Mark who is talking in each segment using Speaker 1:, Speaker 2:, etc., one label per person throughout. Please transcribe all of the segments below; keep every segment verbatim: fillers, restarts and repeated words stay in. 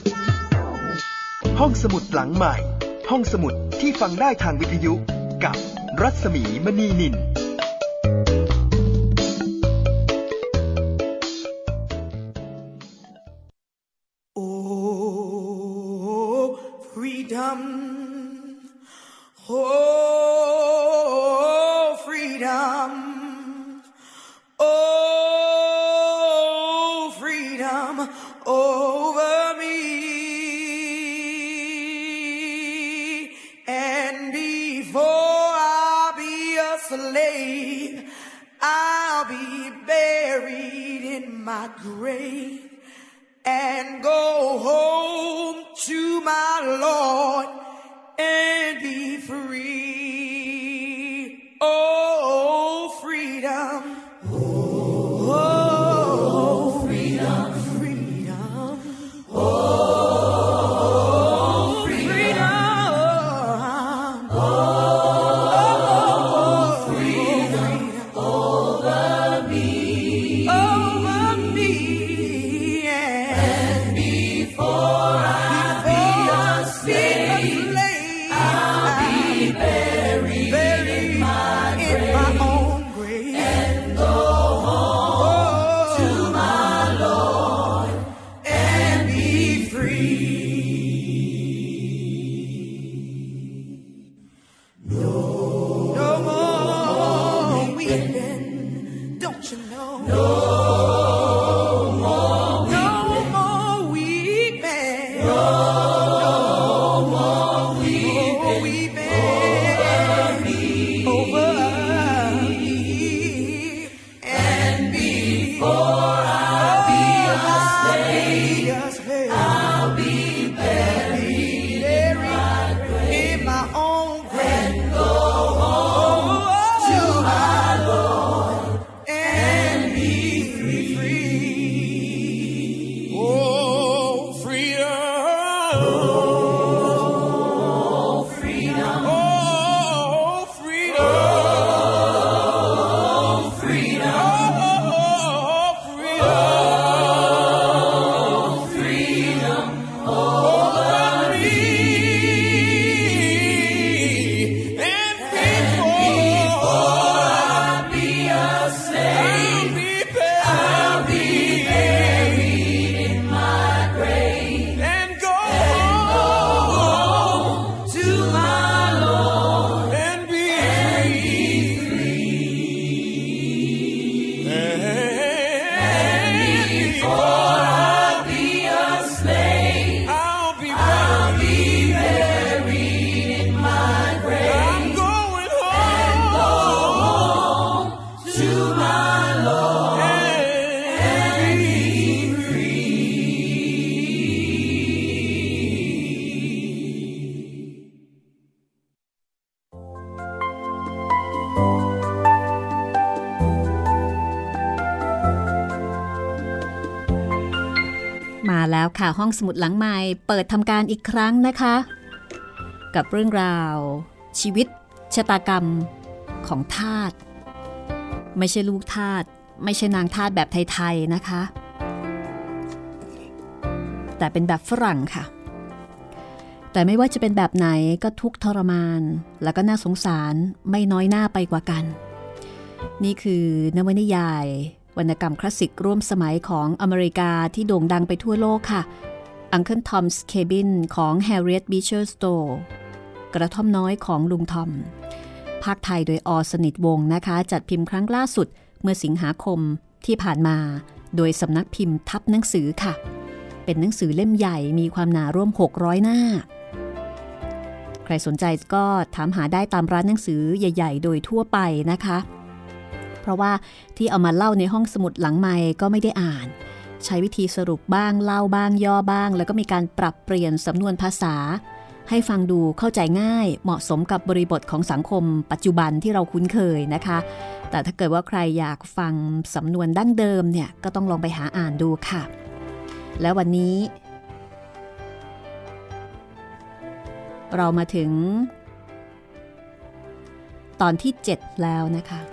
Speaker 1: ห้องสมุดหลังใหม่ห้องสมุดที่ฟังได้ทางวิทยุกับรัศมีมณีนิน
Speaker 2: โอ้ freedom โอ้ freedom โอ้ freedom over me and before I'll be a slave I'll be buried in my grave and go home to my Lord and be free. Oh, freedom. Oh, freedom. Freedom. Oh, freedom. Oh, freedom over me. Over me. And before I be a slave, I'll be buried in my own grave and go home to my Lord and be free. No, no more weeping, don't you know? No more weeping, no more weeping, no more weeping over me. And before I be a slave, I'll be buried in my own grave and go home to my Lord and be free. Oh, freedom. Oh, freedom. Oh, freedom. Oh, freedom. Oh, freedom. Oh, freedom over me. And before I be a slave, I'll be buried in my grave and go home to my Lord and be free. And before I be a slave, I'll be buried in my grave. I'm going home to my Lord and be
Speaker 3: มาแล้วค่ะห้องสมุดหลังใหม่เปิดทำการอีกครั้งนะคะ กับเรื่องราวชีวิตชะตากรรมของทาสไม่ใช่ลูกทาสไม่ใช่นางทาสแบบไทยๆนะคะ แต่เป็นแบบฝรั่งค่ะ แต่ไม่ว่าจะเป็นแบบไหนก็ทุกข์ทรมานแล้วก็น่าสงสารไม่น้อยหน้าไปกว่ากัน นี่คือนวนิยายวรรณกรรมคลาสสิกร่วมสมัยของอเมริกาที่โด่งดังไปทั่วโลกค่ะ Uncle Tom's Cabin ของ Harriet Beecher Stowe กระท่อมน้อยของลุงทอมภาคไทยโดยอ.สนิทวงศ์นะคะจัดพิมพ์ครั้งล่าสุดเมื่อสิงหาคมที่ผ่านมาโดยสำนักพิมพ์ทับหนังสือค่ะเป็นหนังสือเล่มใหญ่มีความหนาร่วมหกร้อยหน้าใครสนใจก็ถามหาได้ตามร้านหนังสือใหญ่ๆโดยทั่วไปนะคะเพราะว่าที่เอามาเล่าในห้องสมุดหลังไมค์ก็ไม่ได้อ่านใช้วิธีสรุปบ้างเล่าบ้างย่อบ้างแล้วก็มีการปรับเปลี่ยนสำนวนภาษาให้ฟังดูเข้าใจง่ายเหมาะสมกับบริบทของสังคมปัจจุบันที่เราคุ้นเคยนะคะแต่ถ้าเกิดว่าใครอยากฟังสำนวนดั้งเดิมเนี่ยก็ต้องลองไปหาอ่านดูค่ะแล้ววันนี้เรามาถึงตอนที่เจ็ดแล้วนะคะ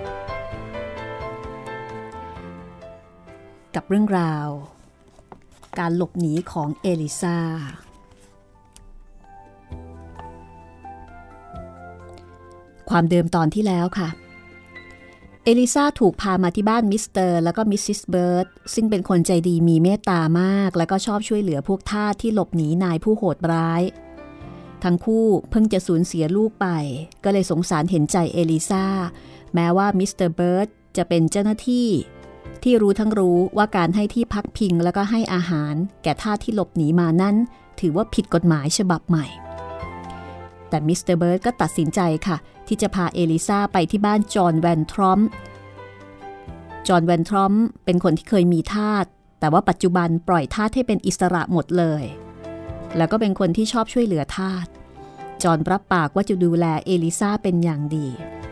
Speaker 3: กับเรื่องราวการหลบหนีของเอลิซาความเดิมตอนที่แล้วค่ะเอลิซาถูกพามาที่บ้านมิสเตอร์แล้วก็มิสซิสเบิร์ดซึ่งเป็นคนใจดีมีเมตตามากแล้วก็ชอบช่วยเหลือพวกทาสที่หลบหนีนายผู้โหดร้ายทั้งคู่เพิ่งจะสูญเสียลูกไปก็เลยสงสารเห็นใจเอลิซาแม้ว่ามิสเตอร์เบิร์ดจะเป็นเจ้าหน้าที่ที่รู้ทั้งรู้ว่าการให้ที่พักพิงแล้วก็ให้อาหารแก่ทาสที่หลบหนีมานั้นถือว่าผิดกฎหมายฉบับใหม่แต่มิสเตอร์เบิร์ดก็ตัดสินใจค่ะที่จะพาเอลิซาไปที่บ้านจอห์นแวนทรอมจอห์นแวนทรอมเป็นคนที่เคยมีทาสแต่ว่าปัจจุบันปล่อยทาสให้เป็นอิสระหมดเลยแล้วก็เป็นคนที่ชอบช่วยเหลือทาสจอห์นรับปากว่าจะดูแลเอลิซาเป็นอย่างดี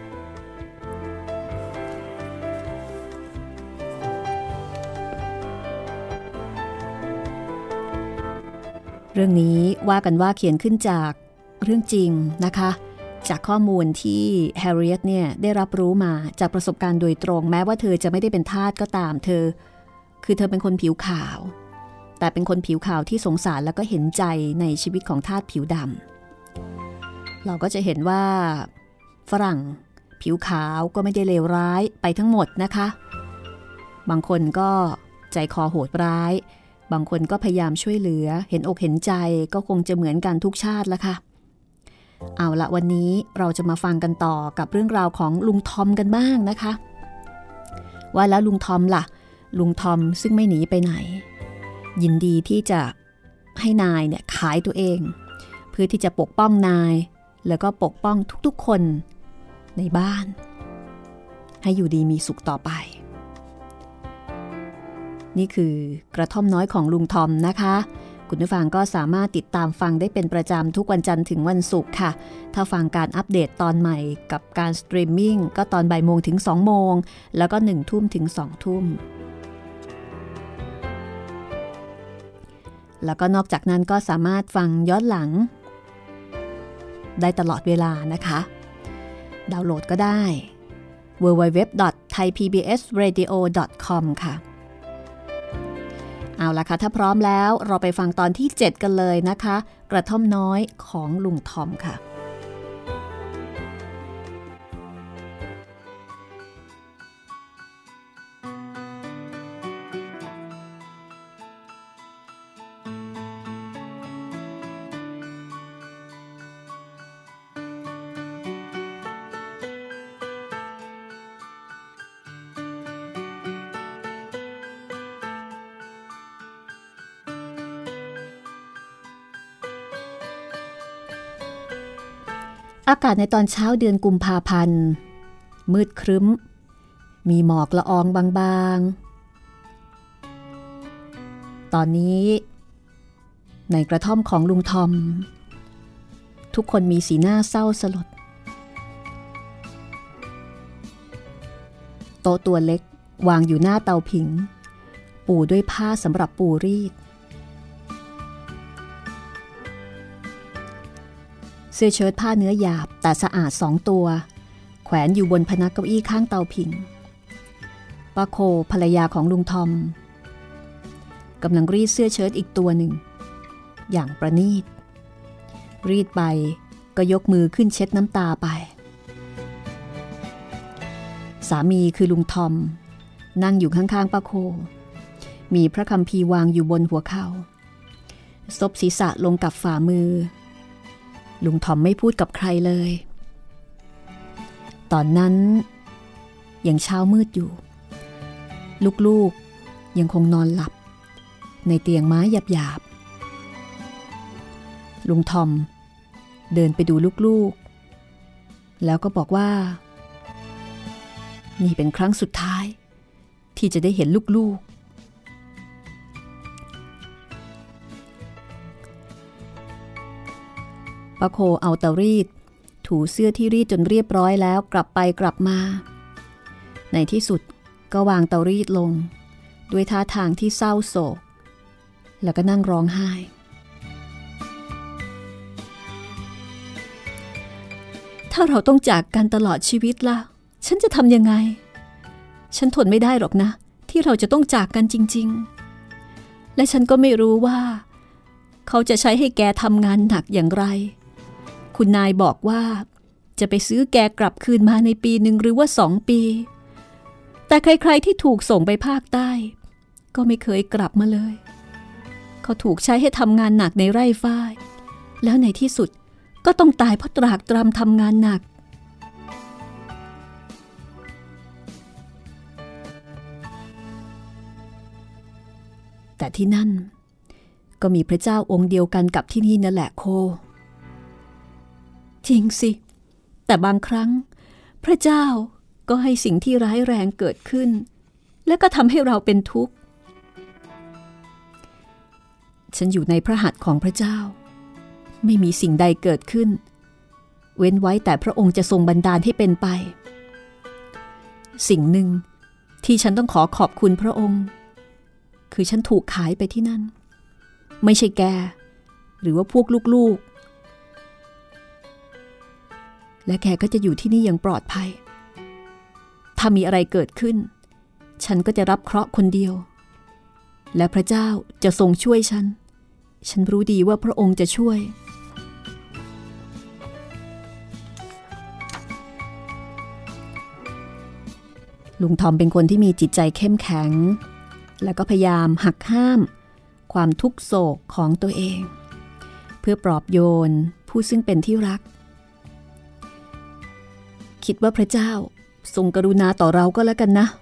Speaker 3: เรื่องนี้ว่ากันว่าเขียนขึ้นจากเรื่องจริงนะคะจากข้อมูลที่แฮร์ริเอตเนี่ยได้รับรู้มาจากประสบการณ์โดยตรงแม้ว่าเธอจะไม่ได้เป็นทาสก็ตามเธอคือเธอเป็นคนผิวขาวแต่เป็นคนผิวขาวที่สงสารแล้วก็เห็นใจในชีวิตของทาสผิวดำเราก็จะเห็นว่าฝรั่งผิวขาวก็ไม่ได้เลวร้ายไปทั้งหมดนะคะบางคนก็ใจคอโหดร้ายบางคนก็พยายามช่วยเหลือเห็นอกเห็นใจก็คงจะเหมือนกันทุกชาติละค่ะเอาละวันนี้เราจะมาฟังกันต่อกับเรื่องราวของลุงทอมกันบ้างนะคะว่าแล้วลุงทอมล่ะลุงทอมซึ่งไม่หนีไปไหนยินดีที่จะให้นายเนี่ยขายตัวเองเพื่อที่จะปกป้องนายแล้วก็ปกป้องทุกๆคนในบ้านให้อยู่ดีมีสุขต่อไปนี่คือกระท่อมน้อยของลุงทอมนะคะคุณผู้ฟังก็สามารถติดตามฟังได้เป็นประจำทุกวันจันทร์ถึงวันศุกร์ค่ะถ้าฟังการอัปเดตตอนใหม่กับการสตรีมมิ่งก็ตอนบ่ายโมงถึงสองโมงแล้วก็หนึ่งทุ่มถึงสองทุ่มแล้วก็นอกจากนั้นก็สามารถฟังย้อนหลังได้ตลอดเวลานะคะดาวน์โหลดก็ได้ ดับเบิลยู ดับเบิลยู ดับเบิลยู ดอท ไทย พี บี เอส เรดิโอ ดอท คอม ค่ะเอาล่ะค่ะถ้าพร้อมแล้วเราไปฟังตอนที่เจ็ดกันเลยนะคะกระท่อมน้อยของลุงทอมค่ะอากาศในตอนเช้าเดือนกุมภาพันธ์มืดครึ้มมีหมอกละอองบางๆตอนนี้ในกระท่อมของลุงทอมทุกคนมีสีหน้าเศร้าสลดโต๊ะตัวเล็กวางอยู่หน้าเตาผิงปูด้วยผ้าสำหรับปูรีดเสื้อเชิ้ตผ้าเนื้อหยาบแต่สะอาดสองตัวแขวนอยู่บนพนักเก้าอี้ข้างเตาผิงป้าโคภรรยาของลุงทอมกำลังรีดเสื้อเชิ้ตอีกตัวหนึ่งอย่างประณีตรีดไปก็ยกมือขึ้นเช็ดน้ำตาไปสามีคือลุงทอมนั่งอยู่ข้างๆป้าโคมีพระคัมภีร์วางอยู่บนหัวเข่าซบศีรษะลงกับฝ่ามือลุงทอมไม่พูดกับใครเลยตอนนั้นยังเช้ามืดอยู่ลูกๆยังคงนอนหลับในเตียงไม้หยาบๆลุงทอมเดินไปดูลูกๆแล้วก็บอกว่านี่เป็นครั้งสุดท้ายที่จะได้เห็นลูกๆป้าโคเอาเตารีดถูเสื้อที่รีดจนเรียบร้อยแล้วกลับไปกลับมาในที่สุดก็วางเตารีดลงด้วยท่าทางที่เศร้าโศกแล้วก็นั่งร้องไห้ถ้าเราต้องจากกันตลอดชีวิตล่ะฉันจะทำยังไงฉันทนไม่ได้หรอกนะที่เราจะต้องจากกันจริงๆและฉันก็ไม่รู้ว่าเขาจะใช้ให้แกทำงานหนักอย่างไรคุณนายบอกว่าจะไปซื้อแกกลับคืนมาในปีหนึ่งหรือว่าสองปีแต่ใครๆที่ถูกส่งไปภาคใต้ก็ไม่เคยกลับมาเลยเขาถูกใช้ให้ทำงานหนักในไร่ฝ้ายแล้วในที่สุดก็ต้องตายเพราะตรากตรำทำงานหนักแต่ที่นั่นก็มีพระเจ้าองค์เดียวกันกับที่นี่นั่นแหละโคจริงสิแต่บางครั้งพระเจ้าก็ให้สิ่งที่ร้ายแรงเกิดขึ้นและก็ทำให้เราเป็นทุกข์ฉันอยู่ในพระหัตถ์ของพระเจ้าไม่มีสิ่งใดเกิดขึ้นเว้นไว้แต่พระองค์จะทรงบันดาลให้เป็นไปสิ่งหนึ่งที่ฉันต้องขอขอบคุณพระองค์คือฉันถูกขายไปที่นั่นไม่ใช่แกหรือว่าพวกลูกๆและแกก็จะอยู่ที่นี่อย่างปลอดภัยถ้ามีอะไรเกิดขึ้นฉันก็จะรับเคราะห์คนเดียวและพระเจ้าจะทรงช่วยฉันฉันรู้ดีว่าพระองค์จะช่วยลุงทอมเป็นคนที่มีจิตใจเข้มแข็งและก็พยายามหักห้ามความทุกโศกของตัวเองเพื่อปลอบโยนผู้ซึ่งเป็นที่รักคิดว่าพระเจ้าทรงกรุณาต่อเราก็แล้วกันนะ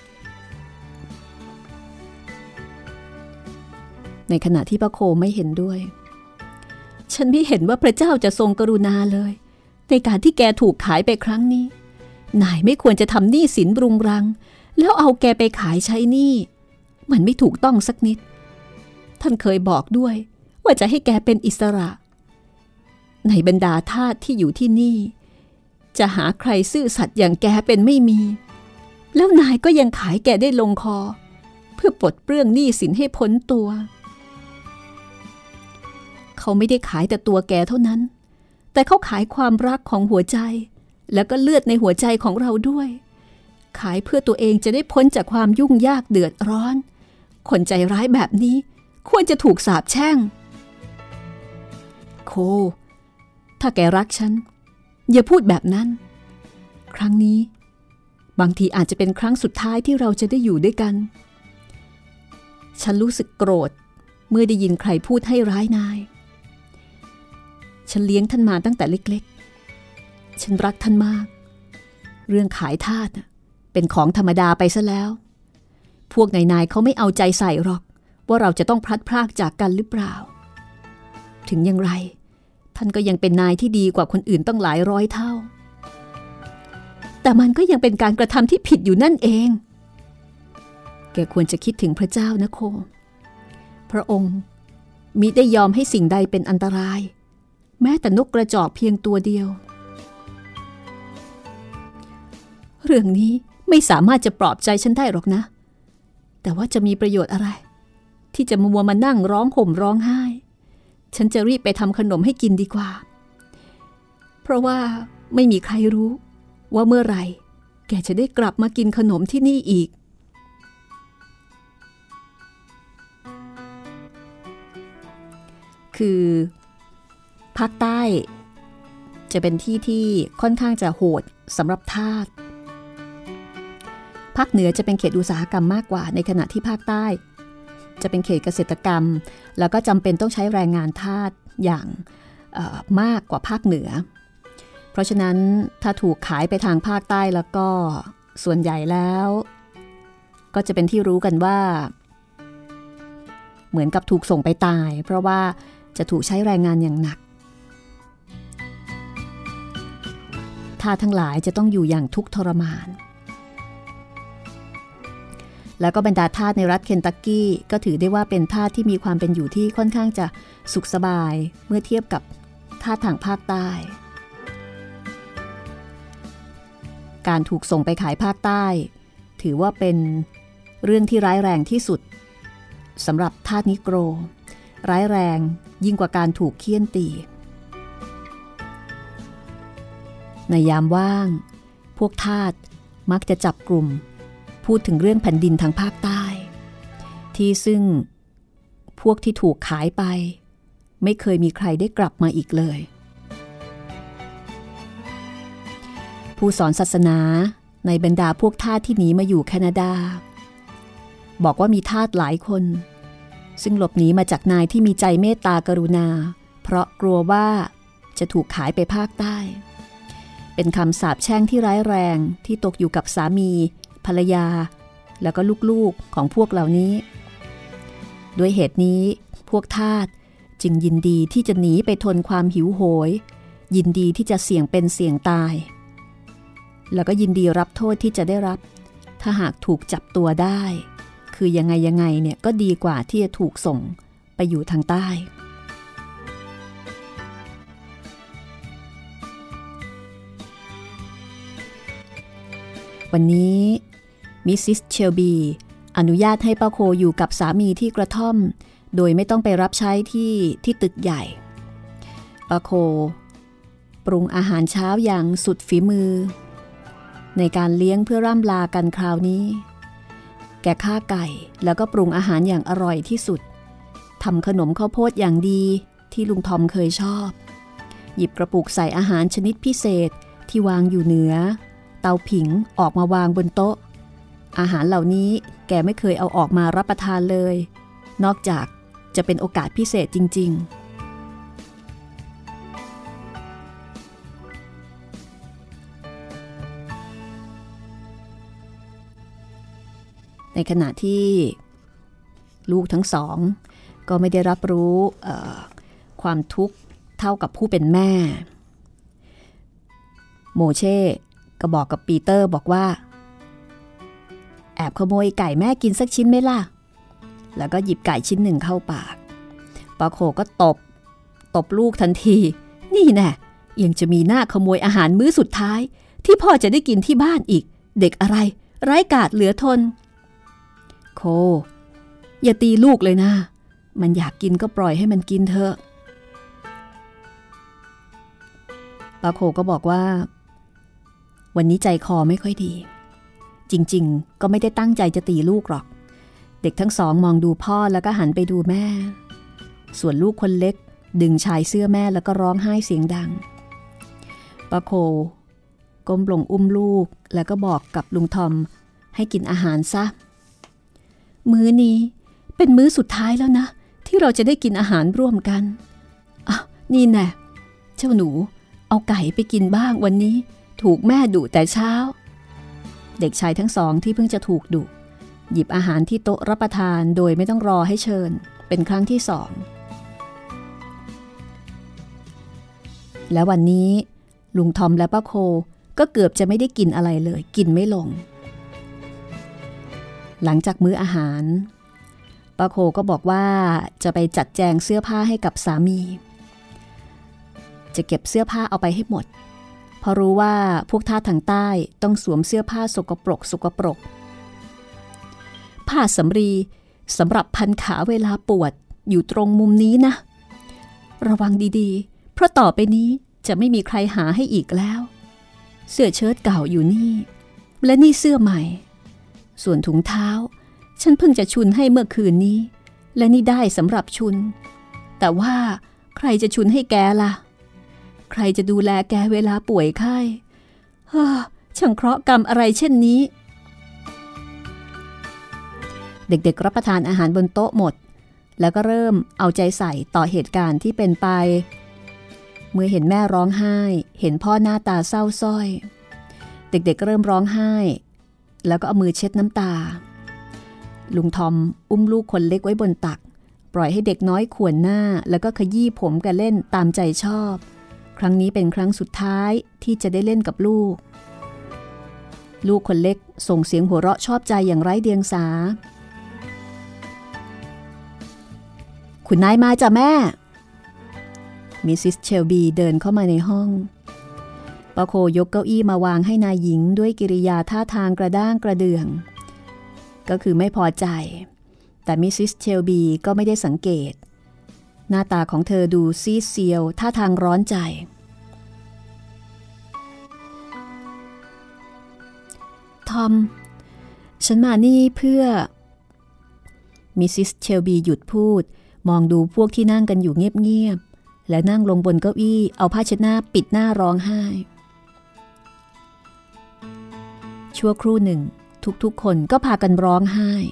Speaker 3: ในขณะที่พระโคไม่เห็นด้วยฉันไม่เห็นว่าพระเจ้าจะทรงกรุณาเลยในการที่แกถูกขายไปครั้งนี้นายไม่ควรจะทำหนี้สินรุงรังแล้วเอาแกไปขายใช้หนี้มันไม่ถูกต้องสักนิดท่านเคยบอกด้วยว่าจะให้แกเป็นอิสระในบรรดาทาสที่อยู่ที่นี่จะหาใครซื่อสัตย์อย่างแกเป็นไม่มีแล้วนายก็ยังขายแกได้ลงคอเพื่อปลดเปลื้องหนี้สินให้พ้นตัวเขาไม่ได้ขายแต่ตัวแกเท่านั้นแต่เขาขายความรักของหัวใจแล้วก็เลือดในหัวใจของเราด้วยขายเพื่อตัวเองจะได้พ้นจากความยุ่งยากเดือดร้อนคนใจร้ายแบบนี้ควรจะถูกสาปแช่งโคถ้าแกรักฉันอย่าพูดแบบนั้นครั้งนี้บางทีอาจจะเป็นครั้งสุดท้ายที่เราจะได้อยู่ด้วยกันฉันรู้สึกโกรธเมื่อได้ยินใครพูดให้ร้ายนายฉันเลี้ยงท่านมาตั้งแต่เล็กๆฉันรักท่านมากเรื่องขายทาสเป็นของธรรมดาไปซะแล้วพวกนายๆเขาไม่เอาใจใส่หรอกว่าเราจะต้องพลัดพรากจากกันหรือเปล่าถึงอย่างไรท่านก็ยังเป็นนายที่ดีกว่าคนอื่นต้องหลายร้อยเท่าแต่มันก็ยังเป็นการกระทำที่ผิดอยู่นั่นเองแกควรจะคิดถึงพระเจ้านะโคพระองค์มิได้ยอมให้สิ่งใดเป็นอันตรายแม้แต่นกกระจอกเพียงตัวเดียวเรื่องนี้ไม่สามารถจะปลอบใจฉันได้หรอกนะแต่ว่าจะมีประโยชน์อะไรที่จะมัวมานั่งร้องห่มร้องไห้ฉันจะรีบไปทำขนมให้กินดีกว่าเพราะว่าไม่มีใครรู้ว่าเมื่อไหร่แกจะได้กลับมากินขนมที่นี่อีกคือภาคใต้จะเป็นที่ที่ค่อนข้างจะโหดสำหรับทาสภาคเหนือจะเป็นเขตอุตสาหกรรมมากกว่าในขณะที่ภาคใต้จะเป็นเขตเกษตรกรรมแล้วก็จำเป็นต้องใช้แรงงานทาสอย่างมากกว่าภาคเหนือเพราะฉะนั้นถ้าถูกขายไปทางภาคใต้แล้วก็ส่วนใหญ่แล้วก็จะเป็นที่รู้กันว่าเหมือนกับถูกส่งไปตายเพราะว่าจะถูกใช้แรงงานอย่างหนักทาสทั้งหลายจะต้องอยู่อย่างทุกข์ทรมานแล้วก็บรรดาทาสในรัฐเคนตักกี้ก็ถือได้ว่าเป็นทาสที่มีความเป็นอยู่ที่ค่อนข้างจะสุขสบายเมื่อเทียบกับทาสทางภาคใต้การถูกส่งไปขายภาคใต้ถือว่าเป็นเรื่องที่ร้ายแรงที่สุดสำหรับทาสนิโกรร้ายแรงยิ่งกว่าการถูกเฆี่ยนตีในยามว่างพวกทาสมักจะจับกลุ่มพูดถึงเรื่องแผ่นดินทางภาคใต้ที่ซึ่งพวกที่ถูกขายไปไม่เคยมีใครได้กลับมาอีกเลยผู้สอนศาสนาในบรรดาพวกทาสที่หนีมาอยู่แคนาดาบอกว่ามีทาสหลายคนซึ่งหลบหนีมาจากนายที่มีใจเมตตากรุณาเพราะกลัวว่าจะถูกขายไปภาคใต้เป็นคำสาปแช่งที่ร้ายแรงที่ตกอยู่กับสามีภรรยาแล้วก็ลูกๆของพวกเหล่านี้ด้วยเหตุนี้พวกทาสจึงยินดีที่จะหนีไปทนความหิวโหยยินดีที่จะเสี่ยงเป็นเสี่ยงตายแล้วก็ยินดีรับโทษที่จะได้รับถ้าหากถูกจับตัวได้คือยังไงยังไงเนี่ยก็ดีกว่าที่จะถูกส่งไปอยู่ทางใต้วันนี้มิสซิสเชลบีอนุญาตให้ป้าโคอยู่กับสามีที่กระท่อมโดยไม่ต้องไปรับใช้ที่ที่ตึกใหญ่ป้าโคปรุงอาหารเช้าอย่างสุดฝีมือในการเลี้ยงเพื่อร่ำลากันคราวนี้แกฆ่าไก่แล้วก็ปรุงอาหารอย่างอร่อยที่สุดทำขนมข้าวโพดอย่างดีที่ลุงทอมเคยชอบหยิบกระปุกใส่อาหารชนิดพิเศษที่วางอยู่เหนือเตาผิงออกมาวางบนโต๊ะอาหารเหล่านี้แกไม่เคยเอาออกมารับประทานเลยนอกจากจะเป็นโอกาสพิเศษจริงๆในขณะที่ลูกทั้งสองก็ไม่ได้รับรู้ความทุกข์เท่ากับผู้เป็นแม่โมเช่ก็บอกกับปีเตอร์บอกว่าแอบขโมยไก่แม่กินสักชิ้นไหมล่ะแล้วก็หยิบไก่ชิ้นหนึ่งเข้าปากป้าโคก็ตบตบลูกทันทีนี่แน่ยังจะมีหน้าขโมยอาหารมื้อสุดท้ายที่พ่อจะได้กินที่บ้านอีกเด็กอะไรไร้กาจเหลือทนโคอย่าตีลูกเลยนะมันอยากกินก็ปล่อยให้มันกินเถอะป้าโคก็บอกว่าวันนี้ใจคอไม่ค่อยดีจริงๆก็ไม่ได้ตั้งใจจะตีลูกหรอกเด็กทั้งสองมองดูพ่อแล้วก็หันไปดูแม่ส่วนลูกคนเล็กดึงชายเสื้อแม่แล้วก็ร้องไห้เสียงดังป้าโคก้มลงอุ้มลูกแล้วก็บอกกับลุงทอมให้กินอาหารซะมื้อนี้เป็นมื้อสุดท้ายแล้วนะที่เราจะได้กินอาหารร่วมกันอ่ะนี่แน่เจ้าหนูเอาไก่ไปกินบ้างวันนี้ถูกแม่ดุแต่เช้าเด็กชายทั้งสองที่เพิ่งจะถูกดุหยิบอาหารที่โต๊ะรับประทานโดยไม่ต้องรอให้เชิญเป็นครั้งที่สองและวันนี้ลุงทอมและป้าโคก็เกือบจะไม่ได้กินอะไรเลยกินไม่ลงหลังจากมื้ออาหารป้าโคก็บอกว่าจะไปจัดแจงเสื้อผ้าให้กับสามีจะเก็บเสื้อผ้าเอาไปให้หมดเพราะรู้ว่าพวกทาสทางใต้ต้องสวมเสื้อผ้าสกปรกสกปรกผ้าสำรีสำหรับพันขาเวลาปวดอยู่ตรงมุมนี้นะระวังดีๆเพราะต่อไปนี้จะไม่มีใครหาให้อีกแล้วเสื้อเชิ้ตเก่าอยู่นี่และนี่เสื้อใหม่ส่วนถุงเท้าฉันเพิ่งจะชุนให้เมื่อคืนนี้และนี่ได้สำหรับชุนแต่ว่าใครจะชุนให้แกล่ะใครจะดูแลแกเวลาป่วยไข้เฮ้อช่างเคราะห์กรรมอะไรเช่นนี้เด็กๆรับประทานอาหารบนโต๊ะหมดแล้วก็เริ่มเอาใจใส่ต่อเหตุการณ์ที่เป็นไปเมื่อเห็นแม่ร้องไห้เห็นพ่อหน้าตาเศร้าส้อยเด็กๆเริ่มร้องไห้แล้วก็เอามือเช็ดน้ำตาลุงทอมอุ้มลูกคนเล็กไว้บนตักปล่อยให้เด็กน้อยข่วนหน้าแล้วก็ขยี้ผมกันเล่นตามใจชอบครั้งนี้เป็นครั้งสุดท้ายที่จะได้เล่นกับลูกลูกคนเล็กส่งเสียงหัวเราะชอบใจอย่างไร้เดียงสาคุณนายมาจ้ะแม่มิสซิสเชลบีเดินเข้ามาในห้องป้าโคยกเก้าอี้มาวางให้นายหญิงด้วยกิริยาท่าทางกระด้างกระเดื่องก็คือไม่พอใจแต่มิสซิสเชลบีก็ไม่ได้สังเกตหน้าตาของเธอดูซีดเซียวท่าทางร้อนใจทอมฉันมานี่เพื่อมิสซิสเชลบีหยุดพูดมองดูพวกที่นั่งกันอยู่เงียบๆและนั่งลงบนเก้าอี้เอาผ้าเช็ดหน้าปิดหน้าร้องไห้ชั่วครู่หนึ่งทุกๆคนก็พากันร้องไห้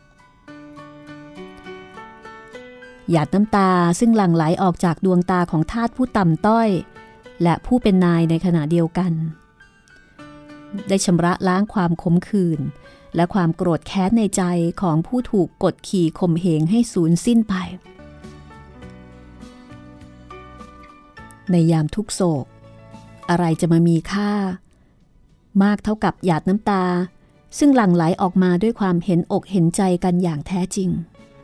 Speaker 3: หยาดน้ำตาซึ่งหลั่งไหลออกจากดวงตาของทาสผู้ต่ำต้อยและผู้เป็นนายในขณะเดียวกันได้ชำระล้างความขมขื่นและความโกรธแค้นในใจของผู้ถูกกดขี่ข่มเหงให้สูญสิ้นไปในยามทุกโศกอะไรจะมามีค่ามากเท่ากับหยาดน้ำตาซึ่งหลั่งไหลออกมาด้วยความเห็นอกเห็นใจกันอย่างแท้จริง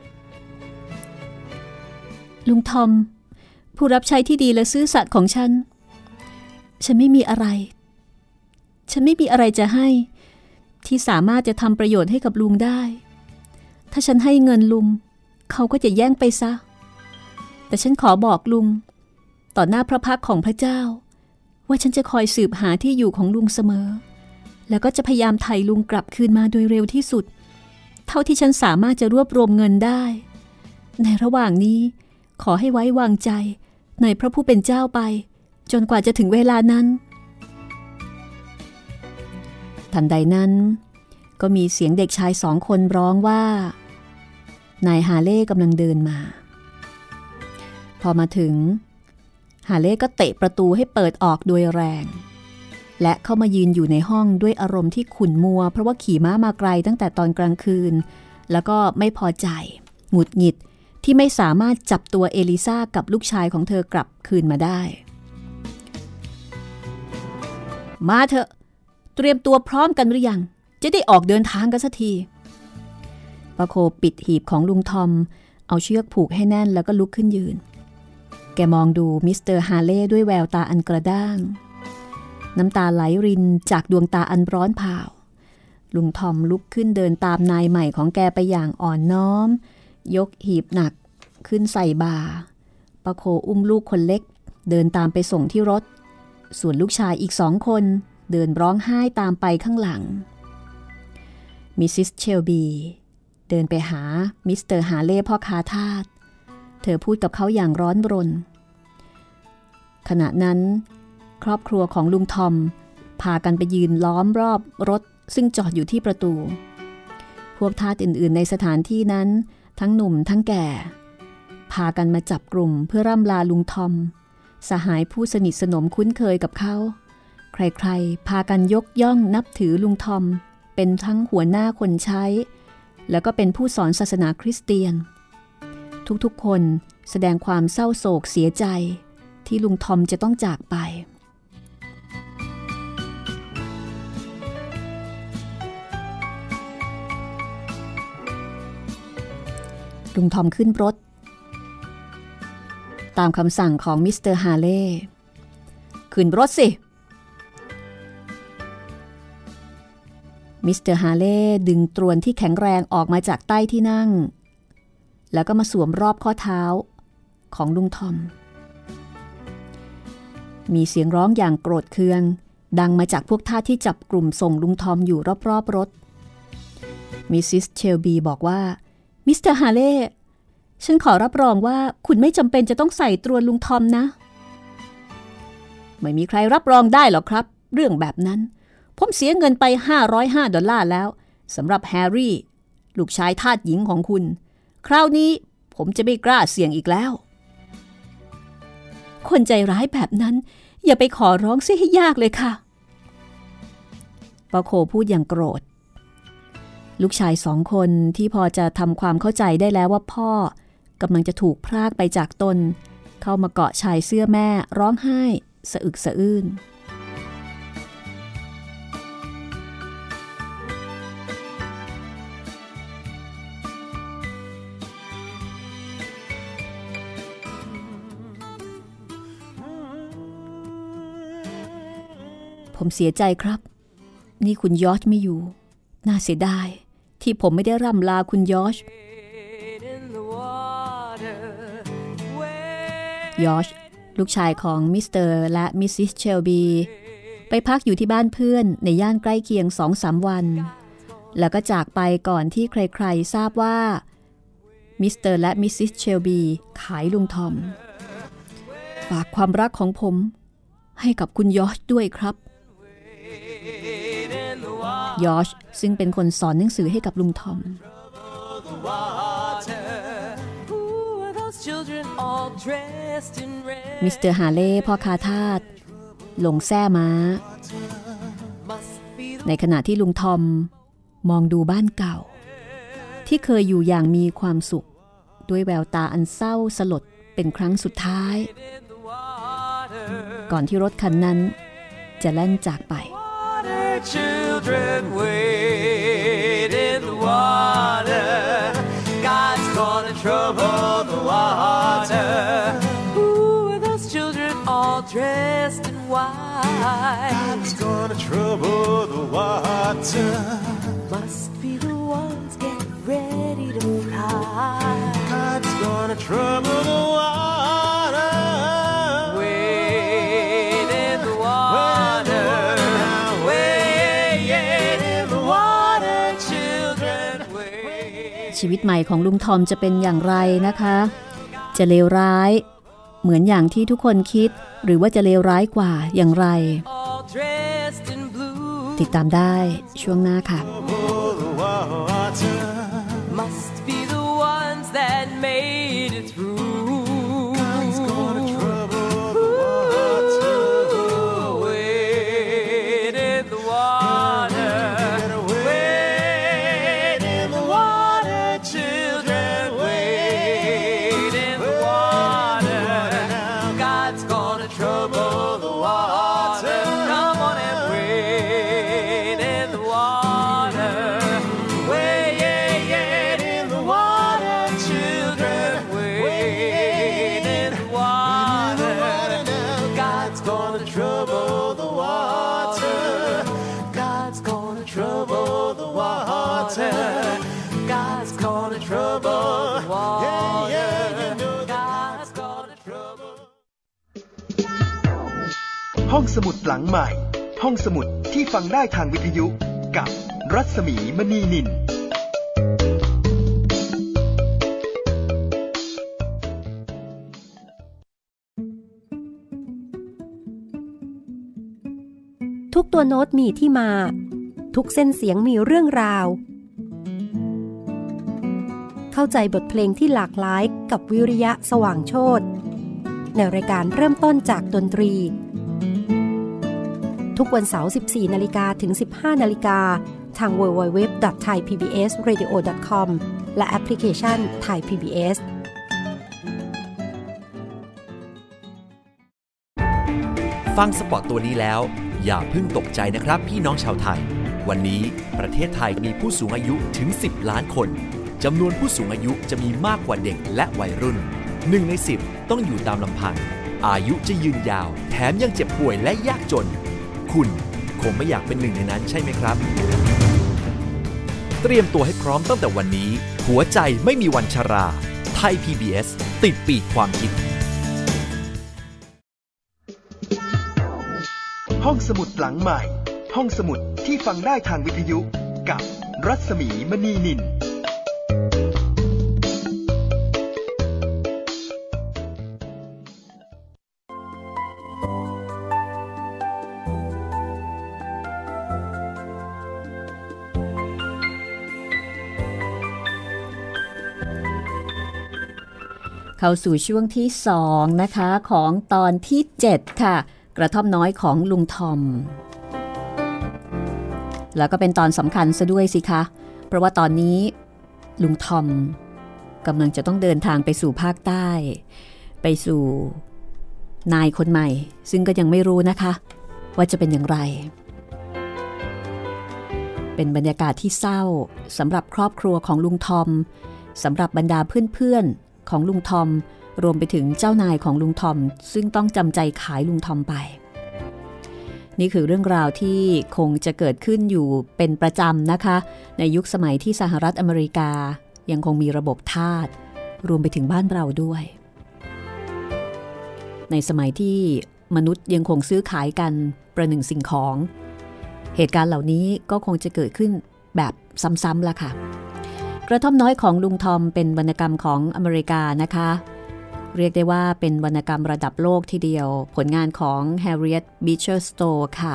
Speaker 3: ลุงทอมผู้รับใช้ที่ดีและซื่อสัตย์ของฉันฉันไม่มีอะไรฉันไม่มีอะไรจะให้ที่สามารถจะทำประโยชน์ให้กับลุงได้ถ้าฉันให้เงินลุงเขาก็จะแย่งไปซะแต่ฉันขอบอกลุงต่อหน้าพระพักตร์ของพระเจ้าว่าฉันจะคอยสืบหาที่อยู่ของลุงเสมอแล้วก็จะพยายามไถ่ลุงกลับคืนมาโดยเร็วที่สุดเท่าที่ฉันสามารถจะรวบรวมเงินได้ในระหว่างนี้ขอให้ไว้วางใจในพระผู้เป็นเจ้าไปจนกว่าจะถึงเวลานั้นทันใดนั้นก็มีเสียงเด็กชายสองคนร้องว่านายฮาเล่กำลังเดินมาพอมาถึงฮาเล่ก็เตะประตูให้เปิดออกโดยแรงและเข้ามายืนอยู่ในห้องด้วยอารมณ์ที่ขุ่นมัวเพราะว่าขี่ม้ามาไกลตั้งแต่ตอนกลางคืนแล้วก็ไม่พอใจหงุดหงิดที่ไม่สามารถจับตัวเอลิซากับลูกชายของเธอกลับคืนมาได้มาเถอะเตรียมตัวพร้อมกันหรือยังจะได้ออกเดินทางกันสักทีปาโคปิดหีบของลุงทอมเอาเชือกผูกให้แน่นแล้วก็ลุกขึ้นยืนแกมองดูมิสเตอร์ฮาเล่ด้วยแววตาอันกระด้างน้ำตาไหลรินจากดวงตาอันร้อนเผาลุงทอมลุกขึ้นเดินตามนายใหม่ของแกไปอย่างอ่อนน้อมยกหีบหนักขึ้นใส่บ่าปาโคอุ้มลูกคนเล็กเดินตามไปส่งที่รถส่วนลูกชายอีกสองคนเดินร้องไห้ตามไปข้างหลังมิสซิสเชลบีเดินไปหามิสเตอร์ฮาเล่พ่อค้าทาสเธอพูดกับเขาอย่างร้อนรนขณะนั้นครอบครัวของลุงทอมพากันไปยืนล้อมรอบรถซึ่งจอดอยู่ที่ประตูพวกทาสอื่นๆในสถานที่นั้นทั้งหนุ่มทั้งแก่พากันมาจับกลุ่มเพื่อร่ำลาลุงทอมสหายผู้สนิทสนมคุ้นเคยกับเขาใครๆพากันยกย่องนับถือลุงทอมเป็นทั้งหัวหน้าคนใช้แล้วก็เป็นผู้สอนศาสนาคริสเตียนทุกๆคนแสดงความเศร้าโศกเสียใจที่ลุงทอมจะต้องจากไปลุงทอมขึ้นรถตามคำสั่งของมิสเตอร์ฮาเล่ขึ้นรถสิมิสเตอร์ฮาเล่ดึงตรวนที่แข็งแรงออกมาจากใต้ที่นั่งแล้วก็มาสวมรอบข้อเท้าของลุงทอมมีเสียงร้องอย่างโกรธเคืองดังมาจากพวกทาสที่จับกลุ่มส่งลุงทอมอยู่รอบๆรถมิสซิสเชลบีบอกว่ามิสเตอร์ฮาเล่ฉันขอรับรองว่าคุณไม่จำเป็นจะต้องใส่ตรวนลุงทอมนะไม่มีใครรับรองได้หรอกครับเรื่องแบบนั้นผมเสียเงินไปห้าร้อยห้าดอลลาร์แล้วสำหรับแฮร์รี่ลูกชายทาสหญิงของคุณคราวนี้ผมจะไม่กล้าเสี่ยงอีกแล้วคนใจร้ายแบบนั้นอย่าไปขอร้องซิให้ยากเลยค่ะปาโคพูดอย่างโกรธลูกชายสองคนที่พอจะทำความเข้าใจได้แล้วว่าพ่อกำลังจะถูกพรากไปจากตนเข้ามาเกาะชายเสื้อแม่ร้องไห้สะอึกสะอื้นผมเสียใจครับนี่คุณยอร์จไม่อยู่น่าเสียดายที่ผมไม่ได้ร่ำลาคุณยอร์จยอร์จลูกชายของมิสเตอร์และมิสซิสเชลบีไปพักอยู่ที่บ้านเพื่อนในย่านใกล้เคียง สองสาม วันแล้วก็จากไปก่อนที่ใครๆทราบว่ามิสเตอร์และมิสซิสเชลบีขายลุงทอมฝากความรักของผมให้กับคุณยอชด้วยครับยอชซึ่งเป็นคนสอนหนังสือให้กับลุงทอมมิสเตอร์ฮาเล่พ่อค้าทาสลงแส้ม้าในขณะที่ลุงทอมมองดูบ้านเก่าที่เคยอยู่อย่างมีความสุขด้วยแววตาอันเศร้าสลดเป็นครั้งสุดท้ายก่อนที่รถคันนั้นจะแล่นจากไป
Speaker 2: Dressed in white, God's gonna trouble the water. Must be the ones getting ready to fly. God's gonna trouble the water. Wade in the water, wade in the water, children. Wade.
Speaker 3: ชีวิตใหม่ของลุงทอมจะเป็นอย่างไรนะคะจะเลวร้ายเหมือนอย่างที่ทุกคนคิดหรือว่าจะเลวร้ายกว่าอย่างไรติดตามได้ช่วงหน้าค่ะ
Speaker 2: Must be the ones that made it through. God's gonna trouble the water. Wade in the water. Wade in the water, children. Wade in the water. God's gonna trouble the water. Come on and wade in the water. Wade in the water, children. Wade in the water. God's gonna trouble the water. God's gonna trouble the water. God's gonna trouble the water. God's gonna trouble.
Speaker 1: ห้องสมุดหลังใหม่ห้องสมุดที่ฟังได้ทางวิทยุกับรัศมีมณีนิน
Speaker 4: ทุกตัวโน้ตมีที่มาทุกเส้นเสียงมีเรื่องราวเข้าใจบทเพลงที่หลากหลายกับวิริยะสว่างโชติในรายการเริ่มต้นจากดนตรีทุกวันเสาร์ สิบสี่นาฬิกา ถึง สิบห้านาฬิกา ทาง ดับเบิลยู ดับเบิลยู ดับเบิลยู ดอท ไทยพีบีเอสเรดิโอ ดอท คอม และแอปพลิเคชัน Thai พี บี เอส
Speaker 5: ฟังสปอตตัวนี้แล้วอย่าเพิ่งตกใจนะครับพี่น้องชาวไทยวันนี้ประเทศไทยมีผู้สูงอายุถึงสิบล้านคนจำนวนผู้สูงอายุจะมีมากกว่าเด็กและวัยรุ่นหนึ่งในสิบต้องอยู่ตามลำพังอายุจะยืนยาวแถมยังเจ็บป่วยและยากจนคุณคงไม่อยากเป็นหนึ่งในนั้นใช่ไหมครับเตรียมตัวให้พร้อมตั้งแต่วันนี้หัวใจไม่มีวันชราไทย พี บี เอส ติดปีกความคิด
Speaker 1: ห้องสมุดหลังใหม่ห้องสมุดที่ฟังได้ทางวิทยุกับรัศมีมณีนิน
Speaker 3: เข้าสู่ช่วงที่สองนะคะของตอนที่เจ็ดค่ะกระท่อมน้อยของลุงทอมแล้วก็เป็นตอนสำคัญซะด้วยสิคะเพราะว่าตอนนี้ลุงทอมกำลังจะต้องเดินทางไปสู่ภาคใต้ไปสู่นายคนใหม่ซึ่งก็ยังไม่รู้นะคะว่าจะเป็นอย่างไรเป็นบรรยากาศที่เศร้าสำหรับครอบครัวของลุงทอมสำหรับบรรดาเพื่อนๆของลุงทอมรวมไปถึงเจ้านายของลุงทอมซึ่งต้องจำใจขายลุงทอมไปนี่คือเรื่องราวที่คงจะเกิดขึ้นอยู่เป็นประจำนะคะในยุคสมัยที่สหรัฐอเมริกายังคงมีระบบทาสรวมไปถึงบ้านเราด้วยในสมัยที่มนุษย์ยังคงซื้อขายกันประหนึ่งสิ่งของเหตุการณ์เหล่านี้ก็คงจะเกิดขึ้นแบบซ้ำๆละค่ะกระท่อมน้อยของลุงทอมเป็นวรรณกรรมของอเมริกานะคะเรียกได้ว่าเป็นวรรณกรรมระดับโลกทีเดียวผลงานของ Harriet Beecher Stowe ค่ะ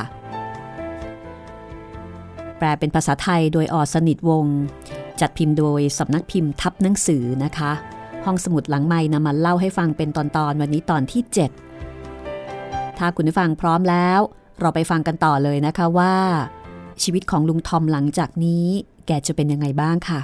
Speaker 3: แปลเป็นภาษาไทยโดยอ.สนิทวงศ์จัดพิมพ์โดยสำนักพิมพ์ทับหนังสือนะคะห้องสมุดหลังไมค์นำมาเล่าให้ฟังเป็นตอนๆวันนี้ตอนที่เจ็ดถ้าคุณผู้ฟังพร้อมแล้วเราไปฟังกันต่อเลยนะคะว่าชีวิตของลุงทอมหลังจากนี้แกจะเป็นยังไงบ้างค่ะ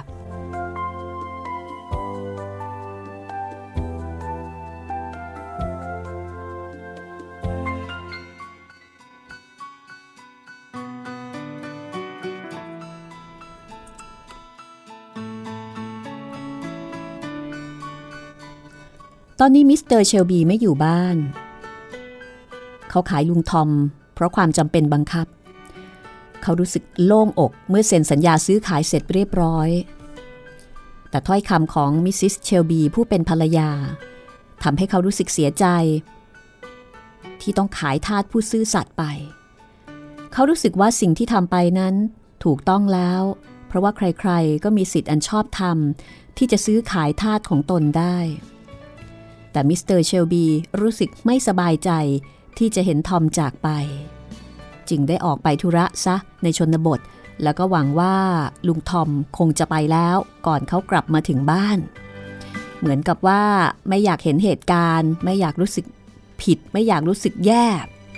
Speaker 3: ตอนนี้มิสเตอร์เชลบีไม่อยู่บ้านเขาขายลุงทอมเพราะความจำเป็นบังคับเขารู้สึกโล่งอกเมื่อเซ็นสัญญาซื้อขายเสร็จเรียบร้อยแต่ถ้อยคำของมิสซิสเชลบีผู้เป็นภรรยาทำให้เขารู้สึกเสียใจที่ต้องขายทาสผู้ซื่อสัตย์ไปเขารู้สึกว่าสิ่งที่ทำไปนั้นถูกต้องแล้วเพราะว่าใครๆก็มีสิทธิ์อันชอบธรรมที่จะซื้อขายทาสของตนได้แต่มิสเตอร์เชลบีรู้สึกไม่สบายใจที่จะเห็นทอมจากไปจึงได้ออกไปธุระซะในชนบทแล้วก็หวังว่าลุงทอมคงจะไปแล้วก่อนเขากลับมาถึงบ้านเหมือนกับว่าไม่อยากเห็นเหตุการณ์ไม่อยากรู้สึกผิดไม่อยากรู้สึกแย่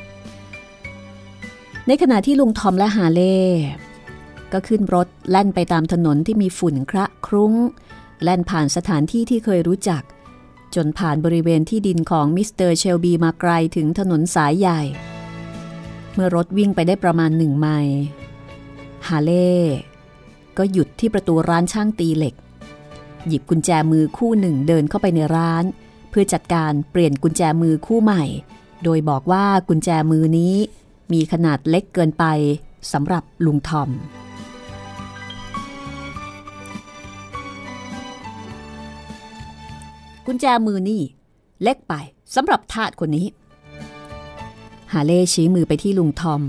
Speaker 3: ในขณะที่ลุงทอมและฮาเล่ก็ขึ้นรถแล่นไปตามถนนที่มีฝุ่นคระคลุ้งแล่นผ่านสถานที่ที่เคยรู้จักจนผ่านบริเวณที่ดินของมิสเตอร์เชลบีมาไกลถึงถนนสายใหญ่เมื่อรถวิ่งไปได้ประมาณหนึ่งไมล์ฮาเล่ก็หยุดที่ประตูร้านช่างตีเหล็กหยิบกุญแจมือคู่หนึ่งเดินเข้าไปในร้านเพื่อจัดการเปลี่ยนกุญแจมือคู่ใหม่โดยบอกว่ากุญแจมือนี้มีขนาดเล็กเกินไปสำหรับลุงทอมกุญแจมือนี่เล็กไปสำหรับทาสคนนี้ฮาเล่ชี้มือไปที่ลุงทอม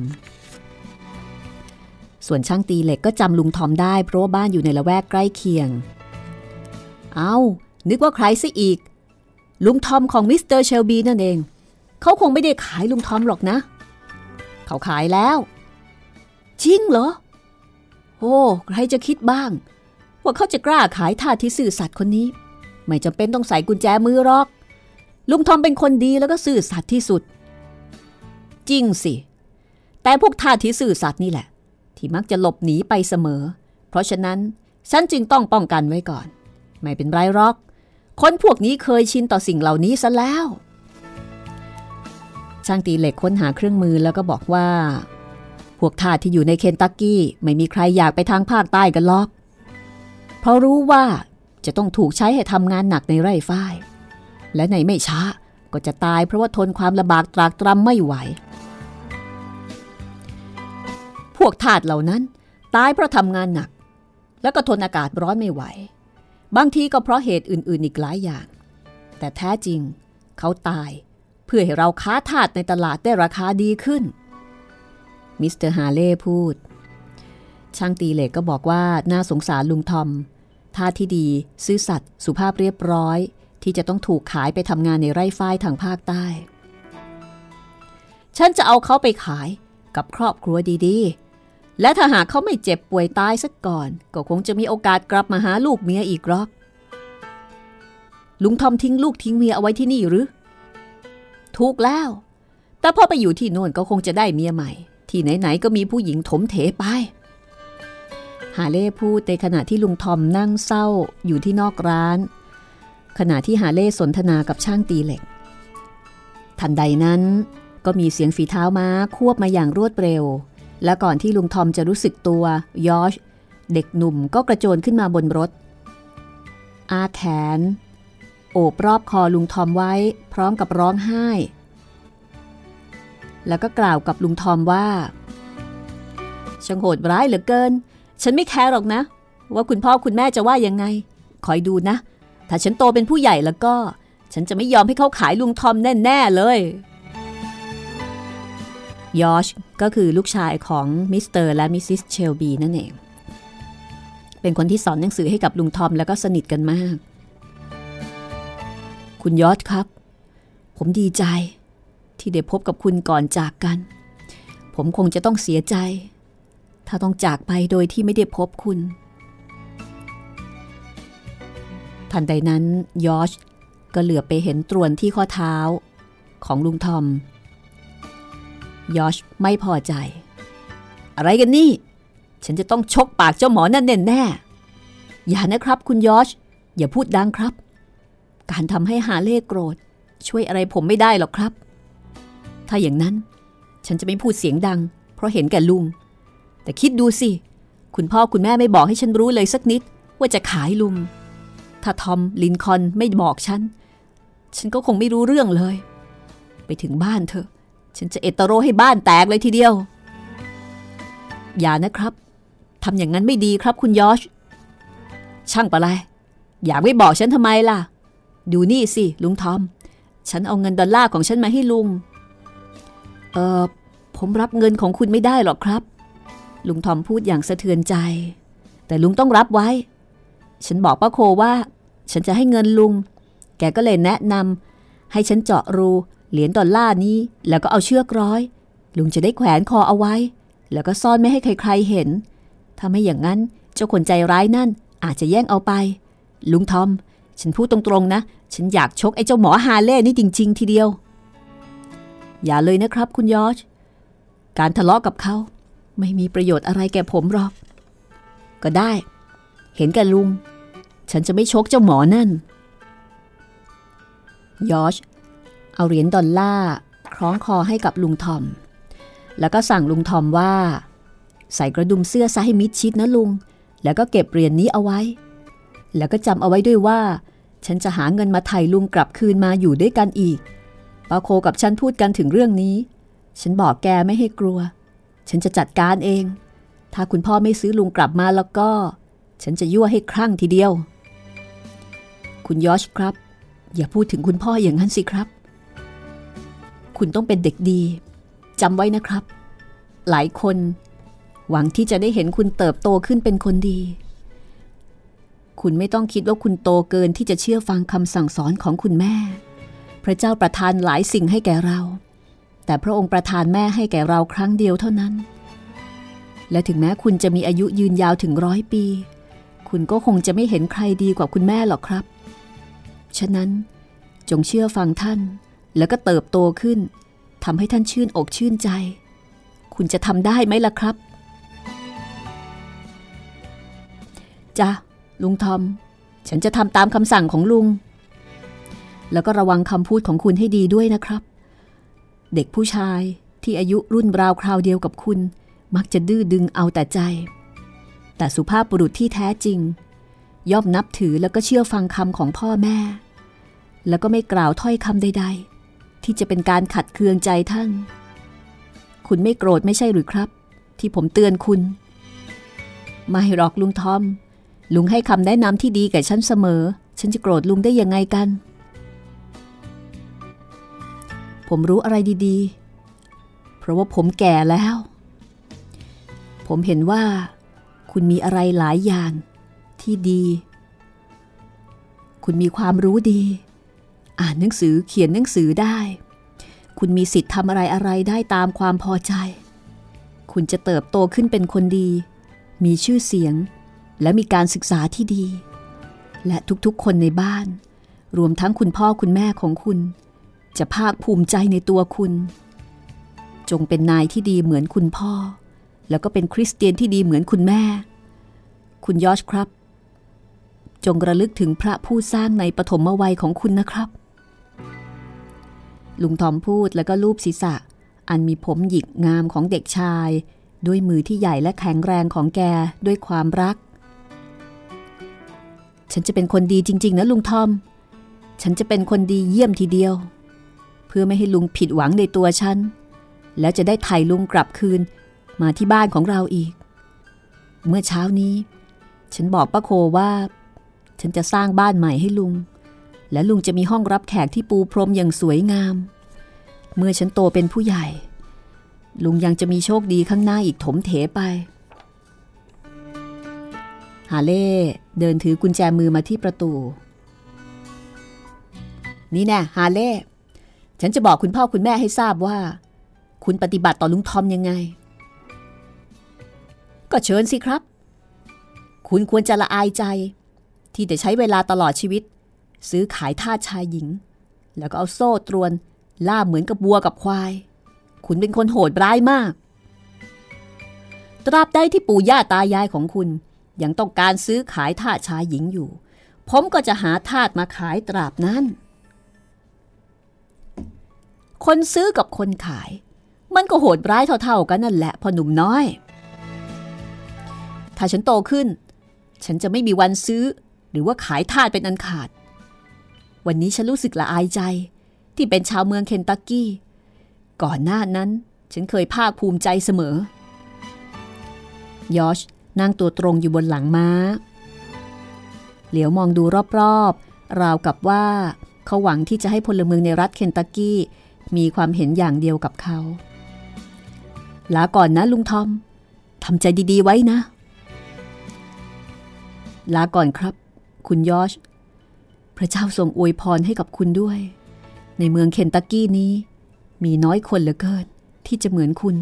Speaker 3: ส่วนช่างตีเหล็กก็จำลุงทอมได้เพราะว่าบ้านอยู่ในละแวกใกล้เคียงเอ้านึกว่าใครซะอีกลุงทอมของมิสเตอร์เชลบีนั่นเองเขาคงไม่ได้ขายลุงทอมหรอกนะเขาขายแล้วจริงเหรอโอ้ใครจะคิดบ้างว่าเขาจะกล้าขายทาสที่ซื่อสัตย์คนนี้ไม่จำเป็นต้องใส่กุญแจมือหรอกลุงทอมเป็นคนดีแล้วก็ซื่อสัตย์ที่สุดจริงสิแต่พวกทาสที่ซื่อสัตย์นี่แหละที่มักจะหลบหนีไปเสมอเพราะฉะนั้นฉันจึงต้องป้องกันไว้ก่อนไม่เป็นไรหรอกคนพวกนี้เคยชินต่อสิ่งเหล่านี้ซะแล้วช่างตีเหล็กค้นหาเครื่องมือแล้วก็บอกว่าพวกทาสที่อยู่ในเคนตักกี้ไม่มีใครอยากไปทางภาคใต้กันหรอกเพราะรู้ว่าจะต้องถูกใช้ให้ทำงานหนักในไร่ฝ้ายและในไม่ช้าก็จะตายเพราะว่าทนความลำบากตรากตรำไม่ไหวพวกทาสเหล่านั้นตายเพราะทำงานหนักแล้วก็ทนอากาศร้อนไม่ไหวบางทีก็เพราะเหตุอื่นๆอีกหลายอย่างแต่แท้จริงเขาตายเพื่อให้เราค้าทาสในตลาดได้ราคาดีขึ้นมิสเตอร์ฮาเล่พูดช่างตีเหล็กก็บอกว่าน่าสงสารลุงทอมทาสที่ดีซื่อสัตย์สุภาพเรียบร้อยที่จะต้องถูกขายไปทำงานในไร่ฝ้ายทางภาคใต้ฉันจะเอาเขาไปขายกับครอบครัวดีๆและถ้าหากเขาไม่เจ็บป่วยตายสักก่อนก็คงจะมีโอกาสกลับมาหาลูกเมียอีกหรอกลุงทอมทิ้งลูกทิ้งเมียเอาไว้ที่นี่หรือถูกแล้วแต่พอไปอยู่ที่โน่นก็คงจะได้เมียใหม่ที่ไหนๆก็มีผู้หญิงถมเถไปฮาเล่พูดในขณะที่ลุงทอมนั่งเศร้าอยู่ที่นอกร้านขณะที่ฮาเล่สนทนากับช่างตีเหล็กทันใดนั้นก็มีเสียงฝีเท้าม้าควบมาอย่างรวดเร็วและก่อนที่ลุงทอมจะรู้สึกตัวยอชเด็กหนุ่มก็กระโจนขึ้นมาบนรถอาแขนโอบรอบคอลุงทอมไว้พร้อมกับร้องไห้แล้วก็กล่าวกับลุงทอมว่าช่างโหดร้ายเหลือเกินฉันไม่แคร์หรอกนะว่าคุณพ่อคุณแม่จะว่ายังไงคอยดูนะถ้าฉันโตเป็นผู้ใหญ่แล้วก็ฉันจะไม่ยอมให้เขาขายลุงทอมแน่ๆเลยยอชก็คือลูกชายของมิสเตอร์และมิสซิสเชลบีนั่นเองเเป็นคนที่สอนหนังสือให้กับลุงทอมแล้วก็สนิทกันมากคุณยอดครับผมดีใจที่ได้พบกับคุณก่อนจากกันผมคงจะต้องเสียใจถ้าต้องจากไปโดยที่ไม่ได้พบคุณทันใดนั้นยอชก็เหลือบไปเห็นตรวนที่ข้อเท้าของลุงทอมยอชไม่พอใจอะไรกันนี่ฉันจะต้องชกปากเจ้าหมอนั่นแน่ๆอย่านะครับคุณยอชอย่าพูดดังครับการทำให้ฮาเล่โกรธช่วยอะไรผมไม่ได้หรอกครับถ้าอย่างนั้นฉันจะไม่พูดเสียงดังเพราะเห็นแก่ลุงแต่คิดดูสิคุณพ่อคุณแม่ไม่บอกให้ฉันรู้เลยสักนิดว่าจะขายลุงถ้าทอมลินคอล์นไม่บอกฉันฉันก็คงไม่รู้เรื่องเลยไปถึงบ้านเถอะฉันจะเอตโรให้บ้านแตกเลยทีเดียวอย่านะครับทำอย่างนั้นไม่ดีครับคุณยอชช่างปะไรอยากไม่บอกฉันทำไมล่ะดูนี่สิลุงทอมฉันเอาเงินดอลลาร์ของฉันมาให้ลุงเออผมรับเงินของคุณไม่ได้หรอกครับลุงทอมพูดอย่างสะเทือนใจแต่ลุงต้องรับไว้ฉันบอกป้าโคว่าฉันจะให้เงินลุงแกก็เลยแนะนำให้ฉันเจาะรูเหรียญดอลลาร์นี้แล้วก็เอาเชือกร้อยลุงจะได้แขวนคอเอาไว้แล้วก็ซ่อนไม่ให้ใครๆเห็นถ้าไม่อย่างนั้นเจ้าคนใจร้ายนั่นอาจจะแย่งเอาไปลุงทอมฉันพูดตรงๆนะฉันอยากชกไอ้เจ้าหมอฮาเล่นี่จริงๆทีเดียวอย่าเลยนะครับคุณยอชการทะเลาะกับเขาไม่มีประโยชน์อะไรแก่ผมหรอกก็ได้เห็นแก่ลุงฉันจะไม่ชกเจ้าหมอนั่นยอชเอาเหรียญดอลลาร์คล้องคอให้กับลุงทอมแล้วก็สั่งลุงทอมว่าใส่กระดุมเสื้อซะให้มิดชิดนะลุงแล้วก็เก็บเหรียญนี้เอาไว้แล้วก็จำเอาไว้ด้วยว่าฉันจะหาเงินมาไถ่ลุงกลับคืนมาอยู่ด้วยกันอีกป้าโคกับฉันพูดกันถึงเรื่องนี้ฉันบอกแกไม่ให้กลัวฉันจะจัดการเองถ้าคุณพ่อไม่ซื้อลุงกลับมาแล้วก็ฉันจะยั่วให้คลั่งทีเดียวคุณยอชครับอย่าพูดถึงคุณพ่ออย่างนั้นสิครับคุณต้องเป็นเด็กดีจำไว้นะครับหลายคนหวังที่จะได้เห็นคุณเติบโตขึ้นเป็นคนดีคุณไม่ต้องคิดว่าคุณโตเกินที่จะเชื่อฟังคำสั่งสอนของคุณแม่พระเจ้าประทานหลายสิ่งให้แก่เราแต่พระองค์ประทานแม่ให้แก่เราครั้งเดียวเท่านั้นและถึงแม้คุณจะมีอายุยืนยาวถึงร้อยปีคุณก็คงจะไม่เห็นใครดีกว่าคุณแม่หรอกครับฉะนั้นจงเชื่อฟังท่านแล้วก็เติบโตขึ้นทำให้ท่านชื่นอกชื่นใจคุณจะทำได้ไหมล่ะครับจ้ะลุงทอมฉันจะทำตามคำสั่งของลุงแล้วก็ระวังคำพูดของคุณให้ดีด้วยนะครับเด็กผู้ชายที่อายุรุ่นราวคราวเดียวกับคุณมักจะดื้อดึงเอาแต่ใจแต่สุภาพบุรุษที่แท้จริงย่อมนับถือแล้วก็เชื่อฟังคำของพ่อแม่แล้วก็ไม่กล่าวถ้อยคำใดๆที่จะเป็นการขัดเคืองใจท่านคุณไม่โกรธไม่ใช่หรือครับที่ผมเตือนคุณไม่หรอกลุงทอมลุงให้คำแนะนำที่ดีแก่ฉันเสมอฉันจะโกรธลุงได้ยังไงกันผมรู้อะไรดีๆเพราะว่าผมแก่แล้วผมเห็นว่าคุณมีอะไรหลายอย่างที่ดีคุณมีความรู้ดีอ่านหนังสือเขียนหนังสือได้คุณมีสิทธิ์ทำอะไรอะไรได้ตามความพอใจคุณจะเติบโตขึ้นเป็นคนดีมีชื่อเสียงและมีการศึกษาที่ดีและทุกๆคนในบ้านรวมทั้งคุณพ่อคุณแม่ของคุณจะภาคภูมิใจในตัวคุณจงเป็นนายที่ดีเหมือนคุณพ่อแล้วก็เป็นคริสเตียนที่ดีเหมือนคุณแม่คุณยอชครับจงระลึกถึงพระผู้สร้างในปฐมวัยของคุณนะครับลุงทอมพูดแล้วก็ลูบศีรษะอันมีผมหยิกงามของเด็กชายด้วยมือที่ใหญ่และแข็งแรงของแกด้วยความรักฉันจะเป็นคนดีจริงๆนะลุงทอมฉันจะเป็นคนดีเยี่ยมทีเดียวเพื่อไม่ให้ลุงผิดหวังในตัวฉันแล้วจะได้ไถ่ลุงกลับคืนมาที่บ้านของเราอีกเมื่อเช้านี้ฉันบอกป้าโคว่าฉันจะสร้างบ้านใหม่ให้ลุงและลุงจะมีห้องรับแขกที่ปูพรมอย่างสวยงามเมื่อฉันโตเป็นผู้ใหญ่ลุงยังจะมีโชคดีข้างหน้าอีกถมเถไปฮาเล่เดินถือกุญแจมือมาที่ประตูนี่แน่ฮาเล่ฉันจะบอกคุณพ่อคุณแม่ให้ทราบว่าคุณปฏิบัติต่อลุงทอมยังไงก็เชิญสิครับคุณควรจะละอายใจที่จะใช้เวลาตลอดชีวิตซื้อขายทาสชายหญิงแล้วก็เอาโซ่ตรวนล่าเหมือนกับวัวกับควายคุณเป็นคนโหดร้ายมากตราบใดที่ปู่ย่าตายายของคุณยังต้องการซื้อขายทาสชายหญิงอยู่ผมก็จะหาทาสมาขายตราบนั้นคนซื้อกับคนขายมันก็โหดร้ายเท่าๆกันนั่นแหละพ่อหนุ่มน้อยถ้าฉันโตขึ้นฉันจะไม่มีวันซื้อหรือว่าขายทาสเป็นอันขาดวันนี้ฉันรู้สึกละอายใจที่เป็นชาวเมืองเคนตักกี้ก่อนหน้านั้นฉันเคยภาคภูมิใจเสมอยอชนั่งตัวตรงอยู่บนหลังม้าเหลียวมองดูรอบๆราวกับว่าเขาหวังที่จะให้พลเมืองในรัฐเคนตักกี้มีความเห็นอย่างเดียวกับเขาลาก่อนนะลุงทอมทำใจดีๆไว้นะลาก่อนครับคุณยอชพระเจ้าทรงอวยพรให้กับคุณด้วยในเมืองเคนตักกี้นี้มีน้อยคนเหลือเกินที่จะเหมือนคุณ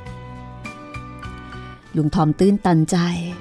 Speaker 3: ลุงทอมตื้นตันใจ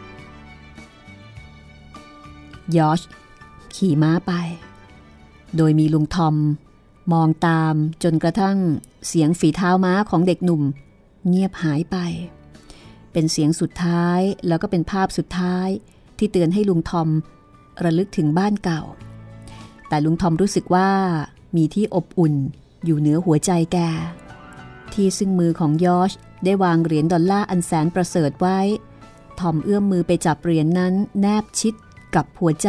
Speaker 3: ยอชขี่ม้าไปโดยมีลุงทอมมองตามจนกระทั่งเสียงฝีเท้าม้าของเด็กหนุ่มเงียบหายไปเป็นเสียงสุดท้ายแล้วก็เป็นภาพสุดท้ายที่เตือนให้ลุงทอมระลึกถึงบ้านเก่าแต่ลุงทอมรู้สึกว่ามีที่อบอุ่นอยู่เหนือหัวใจแกที่ซึ่งมือของยอชได้วางเหรียญดอลลาร์อันแสนประเสริฐไว้ทอมเอื้อมมือไปจับเหรียญ น, นั้นแนบชิดกับหัวใจ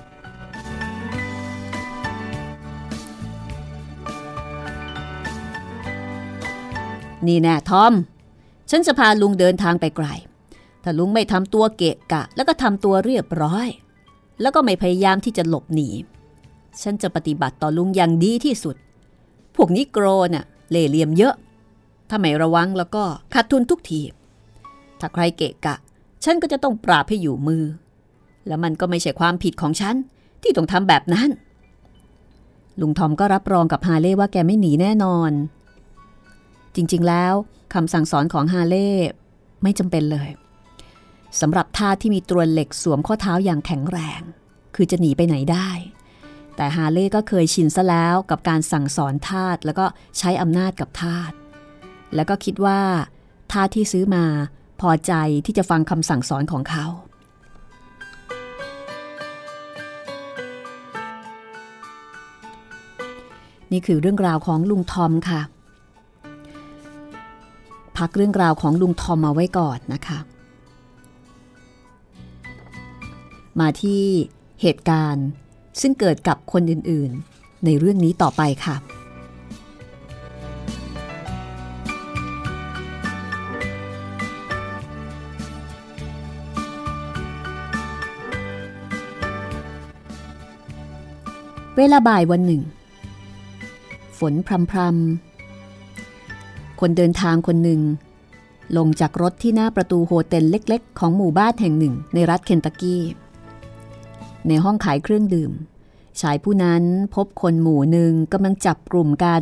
Speaker 3: นี่แน่ทอมฉันจะพาลุงเดินทางไปไกลถ้าลุงไม่ทำตัวเกะกะแล้วก็ทำตัวเรียบร้อยแล้วก็ไม่พยายามที่จะหลบหนีฉันจะปฏิบัติต่อลุงอย่างดีที่สุดพวกนิโกรน่ะเล่ห์เหลี่ยมเยอะถ้าไม่ระวังแล้วก็ขาดทุนทุกทีถ้าใครเกะกะฉันก็จะต้องปราบให้อยู่มือแล้วมันก็ไม่ใช่ความผิดของฉันที่ต้องทำแบบนั้นลุงทอมก็รับรองกับฮาเล่ว่าแกไม่หนีแน่นอนจริงๆแล้วคำสั่งสอนของฮาเล่ไม่จำเป็นเลยสำหรับทาสที่มีตรวนเหล็กสวมข้อเท้าอย่างแข็งแรงคือจะหนีไปไหนได้แต่ฮาเล่ก็เคยชินซะแล้วกับการสั่งสอนทาสแล้วก็ใช้อำนาจกับทาสแล้วก็คิดว่าทาสที่ซื้อมาพอใจที่จะฟังคำสั่งสอนของเขานี่คือเรื่องราวของลุงทอมค่ะพักเรื่องราวของลุงทอมมาไว้ก่อนนะคะมาที่เหตุการณ์ซึ่งเกิดกับคนอื่นๆในเรื่องนี้ต่อไปค่ะเวลาบ่ายวันหนึ่งฝนพรำๆคนเดินทางคนหนึ่งลงจากรถที่หน้าประตูโฮเทลเล็กๆของหมู่บ้านแห่งหนึ่งในรัฐเคนตักกี้ในห้องขายเครื่องดื่มชายผู้นั้นพบคนหมู่หนึ่งกำลังจับกลุ่มกัน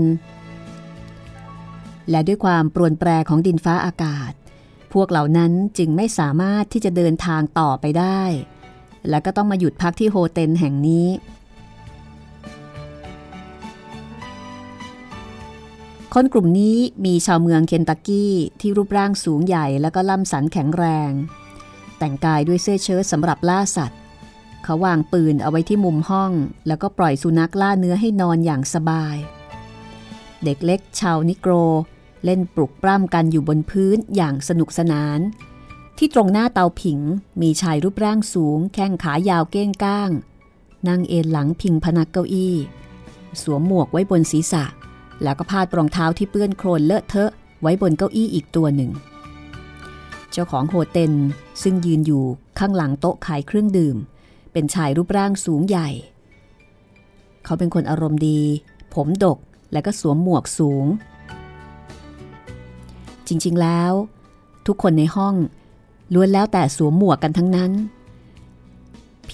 Speaker 3: และด้วยความปรวนแปรของดินฟ้าอากาศพวกเหล่านั้นจึงไม่สามารถที่จะเดินทางต่อไปได้และก็ต้องมาหยุดพักที่โฮเทลแห่งนี้คนกลุ่มนี้มีชาวเมืองเคนตักกี้ที่รูปร่างสูงใหญ่แล้วก็ล่ำสันแข็งแรงแต่งกายด้วยเสื้อเชิ้ตสำหรับล่าสัตว์เขาวางปืนเอาไว้ที่มุมห้องแล้วก็ปล่อยสุนัขล่าเนื้อให้นอนอย่างสบายเด็กเล็กชาวนิโกรเล่นปลุกปล้ำกันอยู่บนพื้นอย่างสนุกสนานที่ตรงหน้าเตาผิงมีชายรูปร่างสูงแข้งขายาวเก้งก้างนั่งเอนหลังพิงพนักเก้าอี้สวมหมวกไว้บนศีรษะแล้วก็พาดรองเท้าที่เปื้อนโคลนเลอะเทอะไว้บนเก้าอี้อีกตัวหนึ่งเจ้าของโฮเทลซึ่งยืนอยู่ข้างหลังโต๊ะขายเครื่องดื่มเป็นชายรูปร่างสูงใหญ่เขาเป็นคนอารมณ์ดีผมดกและก็สวมหมวกสูงจริงๆแล้วทุกคนในห้องล้วนแล้วแต่สวมหมวกกันทั้งนั้น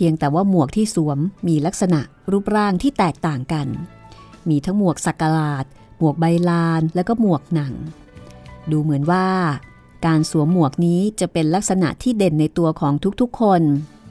Speaker 3: พียงแต่ว่าหมวกที่สวมมีลักษณะรูปร่างที่แตกต่างกันมีทั้งหมวกสักหลาดหมวกใบลานแล้วก็หมวกหนังดูเหมือนว่าการสวมหมวกนี้จะเป็นลักษณะที่เด่นในตัวของทุกๆคน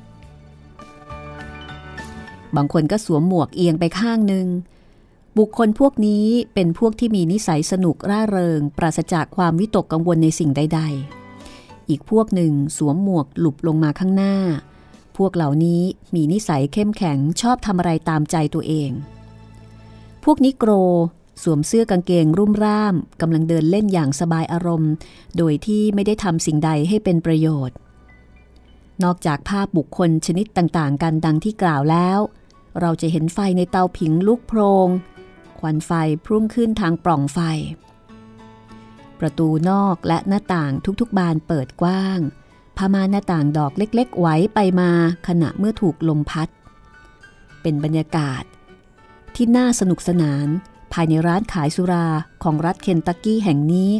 Speaker 3: บางคนก็สวมหมวกเอียงไปข้างหนึ่งบุคคลพวกนี้เป็นพวกที่มีนิสัยสนุกร่าเริงปราศจากความวิตกกังวลในสิ่งใดๆอีกพวกหนึ่งสวมหมวกหลุบลงมาข้างหน้าพวกเหล่านี้มีนิสัยเข้มแข็งชอบทำอะไรตามใจตัวเองพวกนิโกรสวมเสื้อกางเกงรุ่มร่ามกำลังเดินเล่นอย่างสบายอารมณ์โดยที่ไม่ได้ทำสิ่งใดให้เป็นประโยชน์นอกจากภาพบุคคลชนิดต่างๆกันดังที่กล่าวแล้วเราจะเห็นไฟในเตาผิงลุกโพลงควันไฟพุ่งขึ้นทางปล่องไฟประตูนอกและหน้าต่างทุกๆบานเปิดกว้างผ้าม่านหน้าต่างดอกเล็กๆไหวไปมาขณะเมื่อถูกลมพัดเป็นบรรยากาศที่น่าสนุกสนานภายในร้านขายสุราของรัฐเคนตักกี้แห่งนี้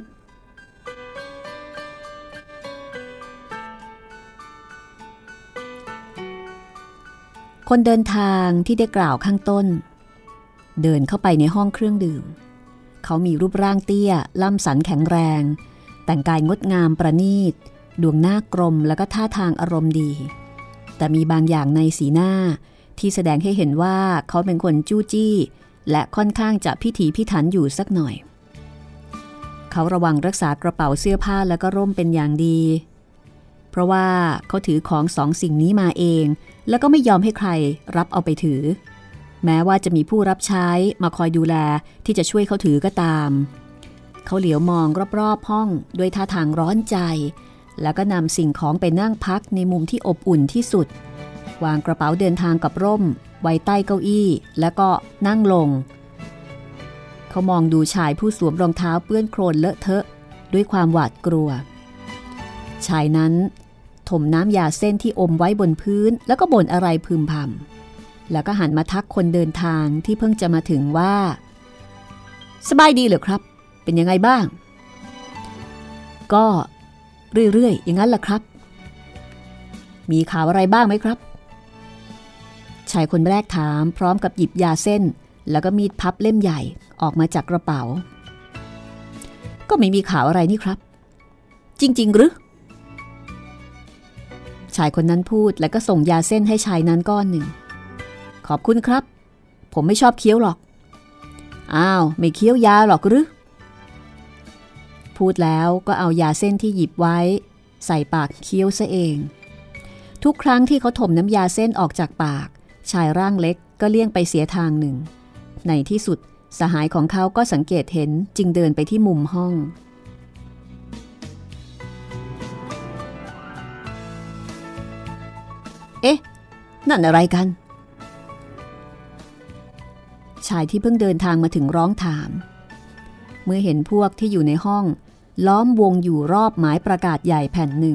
Speaker 3: คนเดินทางที่ได้กล่าวข้างต้นเดินเข้าไปในห้องเครื่องดื่มเขามีรูปร่างเตี้ยล่ำสันแข็งแรงแต่งกายงดงามประณีตดวงหน้ากลมแล้วก็ท่าทางอารมณ์ดีแต่มีบางอย่างในสีหน้าที่แสดงให้เห็นว่าเขาเป็นคนจู้จี้และค่อนข้างจะพิถีพิถันอยู่สักหน่อยเขาระวังรักษากระเป๋าเสื้อผ้าแล้วก็ร่มเป็นอย่างดีเพราะว่าเขาถือของสองสิ่งนี้มาเองแล้วก็ไม่ยอมให้ใครรับเอาไปถือแม้ว่าจะมีผู้รับใช้มาคอยดูแลที่จะช่วยเขาถือก็ตามเขาเหลียวมองรอบๆห้องด้วยท่าทางร้อนใจแล้วก็นำสิ่งของไปนั่งพักในมุมที่อบอุ่นที่สุดวางกระเป๋าเดินทางกับร่มไว้ใต้เก้าอี้แล้วก็นั่งลงเขามองดูชายผู้สวมรองเท้าเปื้อนโคลนเลอะเทอะด้วยความหวาดกลัวชายนั้นถมน้ำยาเส้นที่อมไว้บนพื้นแล้วก็บ่นอะไรพึมพำแล้วก็หันมาทักคนเดินทางที่เพิ่งจะมาถึงว่าสบายดีเหรอครับเป็นยังไงบ้างก็เรื่อยๆอย่างนั้นแหละครับมีข่าวอะไรบ้างไหมครับชายคนแรกถามพร้อมกับหยิบยาเส้นแล้วก็มีดพับเล่มใหญ่ออกมาจากกระเป๋าก็ไม่มีข่าวอะไรนี่ครับจริงๆหรือชายคนนั้นพูดแล้วก็ส่งยาเส้นให้ชายนั้นก้อนหนึ่งขอบคุณครับผมไม่ชอบเคี้ยวหรอกอ้าวไม่เคี้ยวยาหรอกหรือพูดแล้วก็เอายาเส้นที่หยิบไว้ใส่ปากเคี้ยวซะเองทุกครั้งที่เขาถมน้ำยาเส้นออกจากปากชายร่างเล็กก็เลี่ยงไปเสียทางหนึ่งในที่สุดสหายของเขาก็สังเกตเห็นจึงเดินไปที่มุมห้องเอ๊ะนั่นอะไรกันชายที่เพิ่งเดินทางมาถึงร้องถามเมื่อเห็นพวกที่อยู่ในห้องล้อมวงอยู่รอบหมายประกาศใหญ่แผ่นหนึ่ง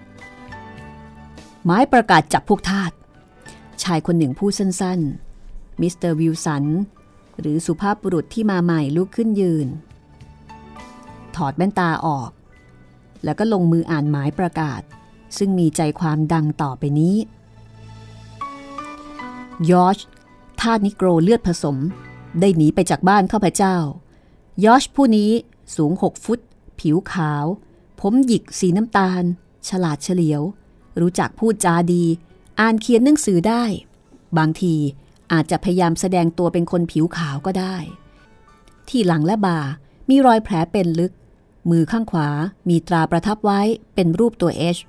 Speaker 3: หมายประกาศจับพวกทาสชายคนหนึ่งพูดสั้นๆมิสเตอร์วิลสันหรือสุภาพบุรุษที่มาใหม่ลุกขึ้นยืนถอดแว่นตาออกแล้วก็ลงมืออ่านหมายประกาศซึ่งมีใจความดังต่อไปนี้ยอร์จทาสนิโกรเลือดผสมได้หนีไปจากบ้านข้าพเจ้ายอร์จผู้นี้สูงหกฟุตผิวขาวผมหยิกสีน้ำตาลฉลาดเฉลียวรู้จักพูดจาดีอ่านเขียนหนังสือได้บางทีอาจจะพยายามแสดงตัวเป็นคนผิวขาวก็ได้ที่หลังและบ่ามีรอยแผลเป็นลึกมือข้างขวามีตราประทับไว้เป็นรูปตัว H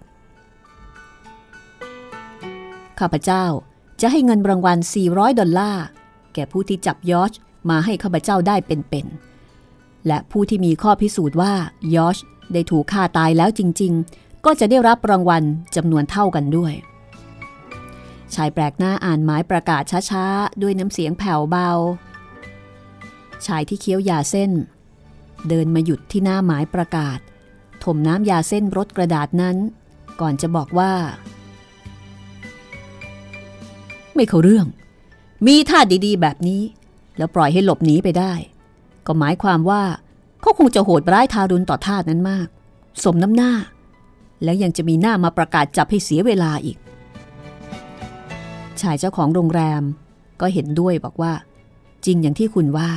Speaker 3: ข้าพเจ้าจะให้เงินรางวัลสี่ร้อยดอลลาร์แก่ผู้ที่จับยอร์จมาให้ข้าพเจ้าได้เป็นๆและผู้ที่มีข้อพิสูจน์ว่ายอร์จได้ถูกฆ่าตายแล้วจริงๆก็จะได้รับรางวัลจำนวนเท่ากันด้วยชายแปลกหน้าอ่านหมายประกาศช้าๆด้วยน้ำเสียงแผ่วเบาชายที่เคี้ยวยาเส้นเดินมาหยุดที่หน้าหมายประกาศถมน้ำยาเส้นรถกระดาษนั้นก่อนจะบอกว่าไม่เข้าเรื่องมีท่าดีๆแบบนี้แล้วปล่อยให้หลบหนีไปได้ก็หมายความว่าเขาคงจะโหดร้ายทารุณต่อทาสนั้นมากสมน้ำหน้าแล้วยังจะมีหน้ามาประกาศจับให้เสียเวลาอีกชายเจ้าของโรงแรมก็เห็นด้วยบอกว่าจริงอย่างที่คุณว่า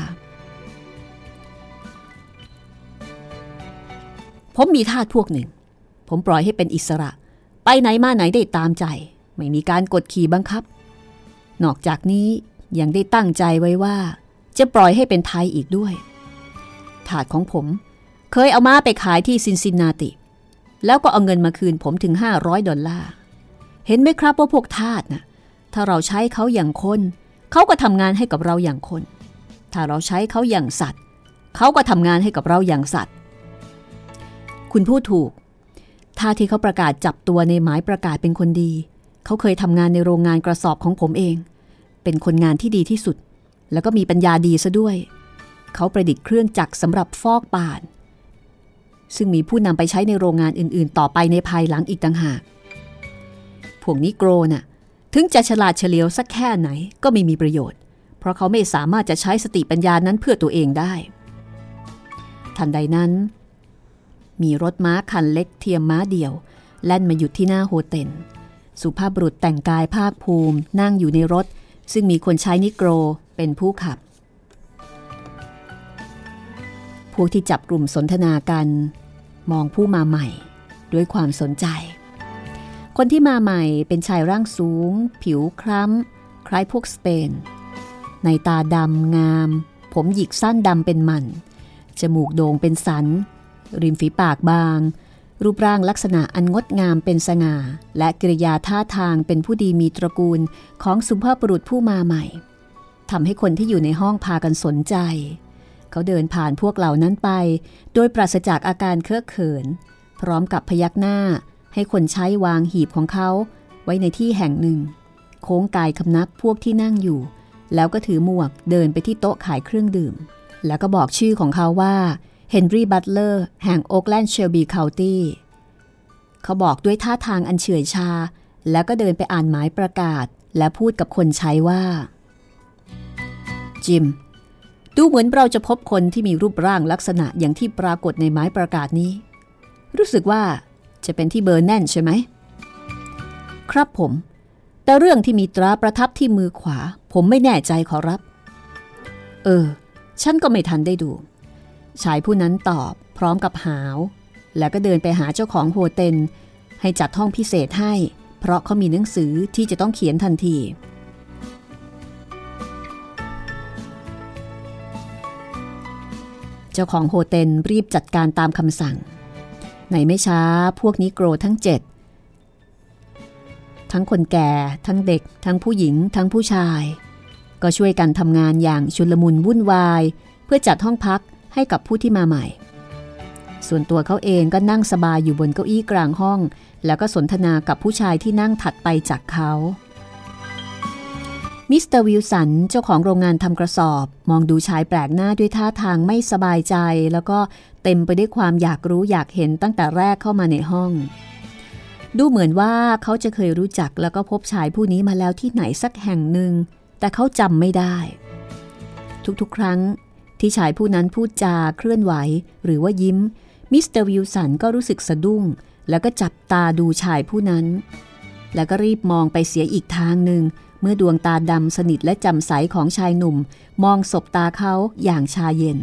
Speaker 3: ผมมีทาสพวกหนึ่งผมปล่อยให้เป็นอิสระไปไหนมาไหนได้ตามใจไม่มีการกดขี่บังคับนอกจากนี้ยังได้ตั้งใจไว้ว่าจะปล่อยให้เป็นไทยอีกด้วยทาสของผมเคยเอาม้าไปขายที่ซินซินนาติแล้วก็เอาเงินมาคืนผมถึงห้าร้อยดอลลาร์เห็นไหมครับว่าพวกทาสนะถ้าเราใช้เขาอย่างคนเขาก็ทำงานให้กับเราอย่างคนถ้าเราใช้เขาอย่างสัตว์เขาก็ทำงานให้กับเราอย่างสัตว์คุณพูดถูกถ้าที่เขาประกาศจับตัวในหมายประกาศเป็นคนดีเขาเคยทำงานในโรงงานกระสอบของผมเองเป็นคนงานที่ดีที่สุดแล้วก็มีปัญญาดีซะด้วยเขาประดิษฐ์เครื่องจักรสำหรับฟอกป่านซึ่งมีผู้นำไปใช้ในโรงงานอื่นๆต่อไปในภายหลังอีกต่างหากพวกนิโกรน่ะถึงจะฉลาดเฉลียวสักแค่ไหนก็ไม่มีประโยชน์เพราะเขาไม่สามารถจะใช้สติปัญญานั้นเพื่อตัวเองได้ทันใดนั้นมีรถม้าคันเล็กเทียมม้าเดี่ยวแล่นมาหยุดที่หน้าโฮเทลสุภาพบุรุษแต่งกายภาคภูมินั่งอยู่ในรถซึ่งมีคนใช้นิโกรเป็นผู้ขับพวกที่จับกลุ่มสนทนากันมองผู้มาใหม่ด้วยความสนใจคนที่มาใหม่เป็นชายร่างสูงผิวคล้ำคล้ายพวกสเปนในตาดำงามผมหยิกสั้นดำเป็นมันจมูกโด่งเป็นสันริมฝีปากบางรูปร่างลักษณะอันงดงามเป็นสง่าและกิริยาท่าทางเป็นผู้ดีมีตระกูลของสุภาพบุรุษผู้มาใหม่ทำให้คนที่อยู่ในห้องพากันสนใจเขาเดินผ่านพวกเหล่านั้นไปโดยปราศจากอาการเคอะเขินพร้อมกับพยักหน้าให้คนใช้วางหีบของเขาไว้ในที่แห่งหนึ่งโค้งกายคำนับพวกที่นั่งอยู่แล้วก็ถือหมวกเดินไปที่โต๊ะขายเครื่องดื่มแล้วก็บอกชื่อของเขาว่าเฮนรี่บัตเลอร์แห่งโอ๊กแลนด์เชลบีเคานตี้เขาบอกด้วยท่าทางอันเฉื่อยชาแล้วก็เดินไปอ่านหมายประกาศและพูดกับคนใช้ว่าจิมดูเหมือนเราจะพบคนที่มีรูปร่างลักษณะอย่างที่ปรากฏในหมายประกาศนี้รู้สึกว่าจะเป็นที่เบอร์แน่นใช่ไหมครับผมแต่เรื่องที่มีตราประทับที่มือขวาผมไม่แน่ใจขอรับเออฉันก็ไม่ทันได้ดูชายผู้นั้นตอบพร้อมกับหาวแล้วก็เดินไปหาเจ้าของโฮเทลให้จัดห้องพิเศษให้เพราะเขามีหนังสือที่จะต้องเขียนทันทีเจ้าของโฮเทลรีบจัดการตามคำสั่งในไม่ช้าพวกนิโกรทั้งเจ็ดทั้งคนแก่ทั้งเด็กทั้งผู้หญิงทั้งผู้ชายก็ช่วยกันทำงานอย่างชุลมุนวุ่นวายเพื่อจัดห้องพักให้กับผู้ที่มาใหม่ส่วนตัวเขาเองก็นั่งสบายอยู่บนเก้าอี้กลางห้องแล้วก็สนทนากับผู้ชายที่นั่งถัดไปจากเขามิสเตอร์วิลสันเจ้าของโรงงานทำกระสอบมองดูชายแปลกหน้าด้วยท่าทางไม่สบายใจแล้วก็เต็มไปด้วยความอยากรู้อยากเห็นตั้งแต่แรกเข้ามาในห้องดูเหมือนว่าเขาจะเคยรู้จักแล้วก็พบชายผู้นี้มาแล้วที่ไหนสักแห่งหนึ่งแต่เขาจำไม่ได้ทุกๆครั้งที่ชายผู้นั้นพูดจาเคลื่อนไหวหรือว่ายิ้มมิสเตอร์วิลสันก็รู้สึกสะดุ้งแล้วก็จับตาดูชายผู้นั้นแล้วก็รีบมองไปเสียอีกทางหนึ่งเมื่อดวงตาดำสนิทและแจ่มใสของชายหนุ่มมองสบตาเขาอย่างชาเย็น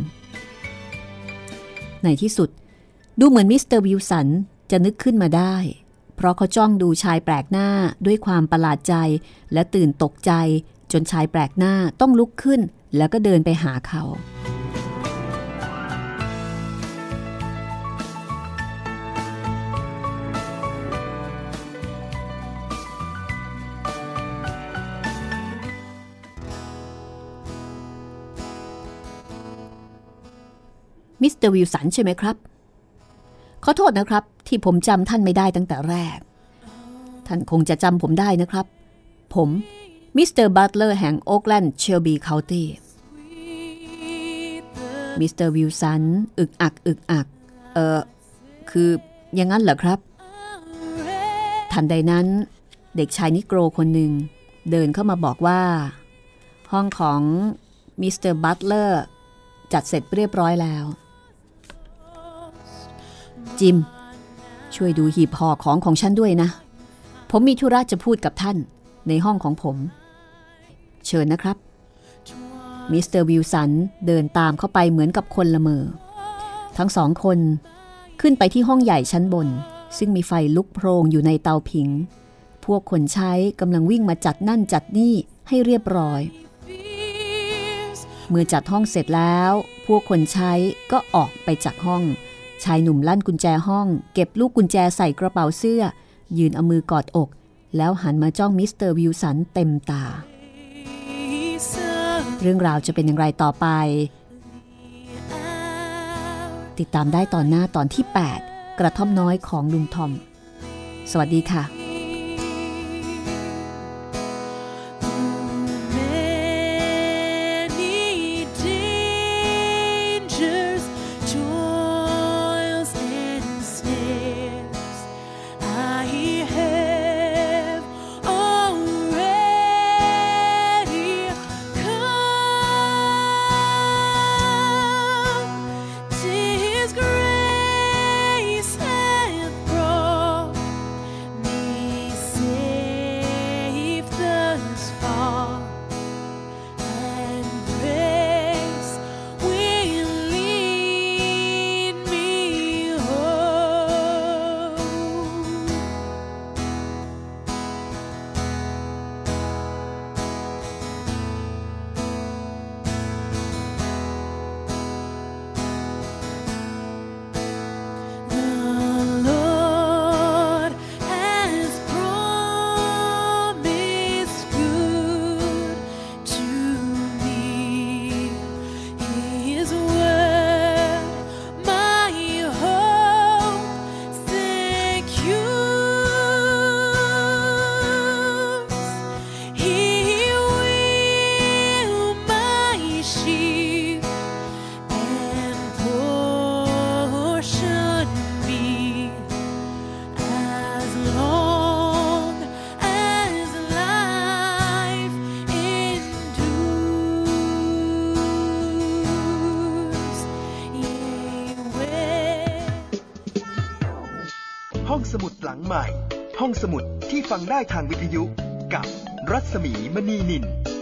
Speaker 3: ในที่สุดดูเหมือนมิสเตอร์วิลสันจะนึกขึ้นมาได้เพราะเขาจ้องดูชายแปลกหน้าด้วยความประหลาดใจและตื่นตกใจจนชายแปลกหน้าต้องลุกขึ้นแล้วก็เดินไปหาเขามิสเตอร์วิลสันใช่ไหมครับขอโทษนะครับที่ผมจำท่านไม่ได้ตั้งแต่แรกท่านคงจะจำผมได้นะครับผมมิสเตอร์บัตเลอร์แห่งโอ๊กแลนด์เชลบีเคานตี้มิสเตอร์วิลสันอึกอักอึกอักเออคืออย่างนั้นเหรอครับทันใดนั้นเด็กชายนิโกรคนหนึ่งเดินเข้ามาบอกว่าห้องของมิสเตอร์บัตเลอร์จัดเสร็จเรียบร้อยแล้วจิมช่วยดูหีบห่อของของฉันด้วยนะผมมีธุระจะพูดกับท่านในห้องของผมเชิญนะครับมิสเตอร์วิลสันเดินตามเข้าไปเหมือนกับคนละเมอทั้งสองคนขึ้นไปที่ห้องใหญ่ชั้นบนซึ่งมีไฟลุกโพลงอยู่ในเตาผิงพวกคนใช้กำลังวิ่งมาจัดนั่นจัดนี่ให้เรียบร้อยเมื่อจัดห้องเสร็จแล้วพวกคนใช้ก็ออกไปจากห้องชายหนุ่มลั่นกุญแจห้องเก็บลูกกุญแจใส่กระเป๋าเสื้อยืนเอามือกอดอกแล้วหันมาจ้องมิสเตอร์วิลสันเต็มตาเรื่องราวจะเป็นอย่างไรต่อไปติดตามได้ตอนหน้าตอนที่แปดกระท่อมน้อยของลุงทอมสวัสดีค่ะ
Speaker 1: ห้องสมุดหลังใหม่ห้องสมุดที่ฟังได้ทางวิทยุกับรัศมีมณีนิน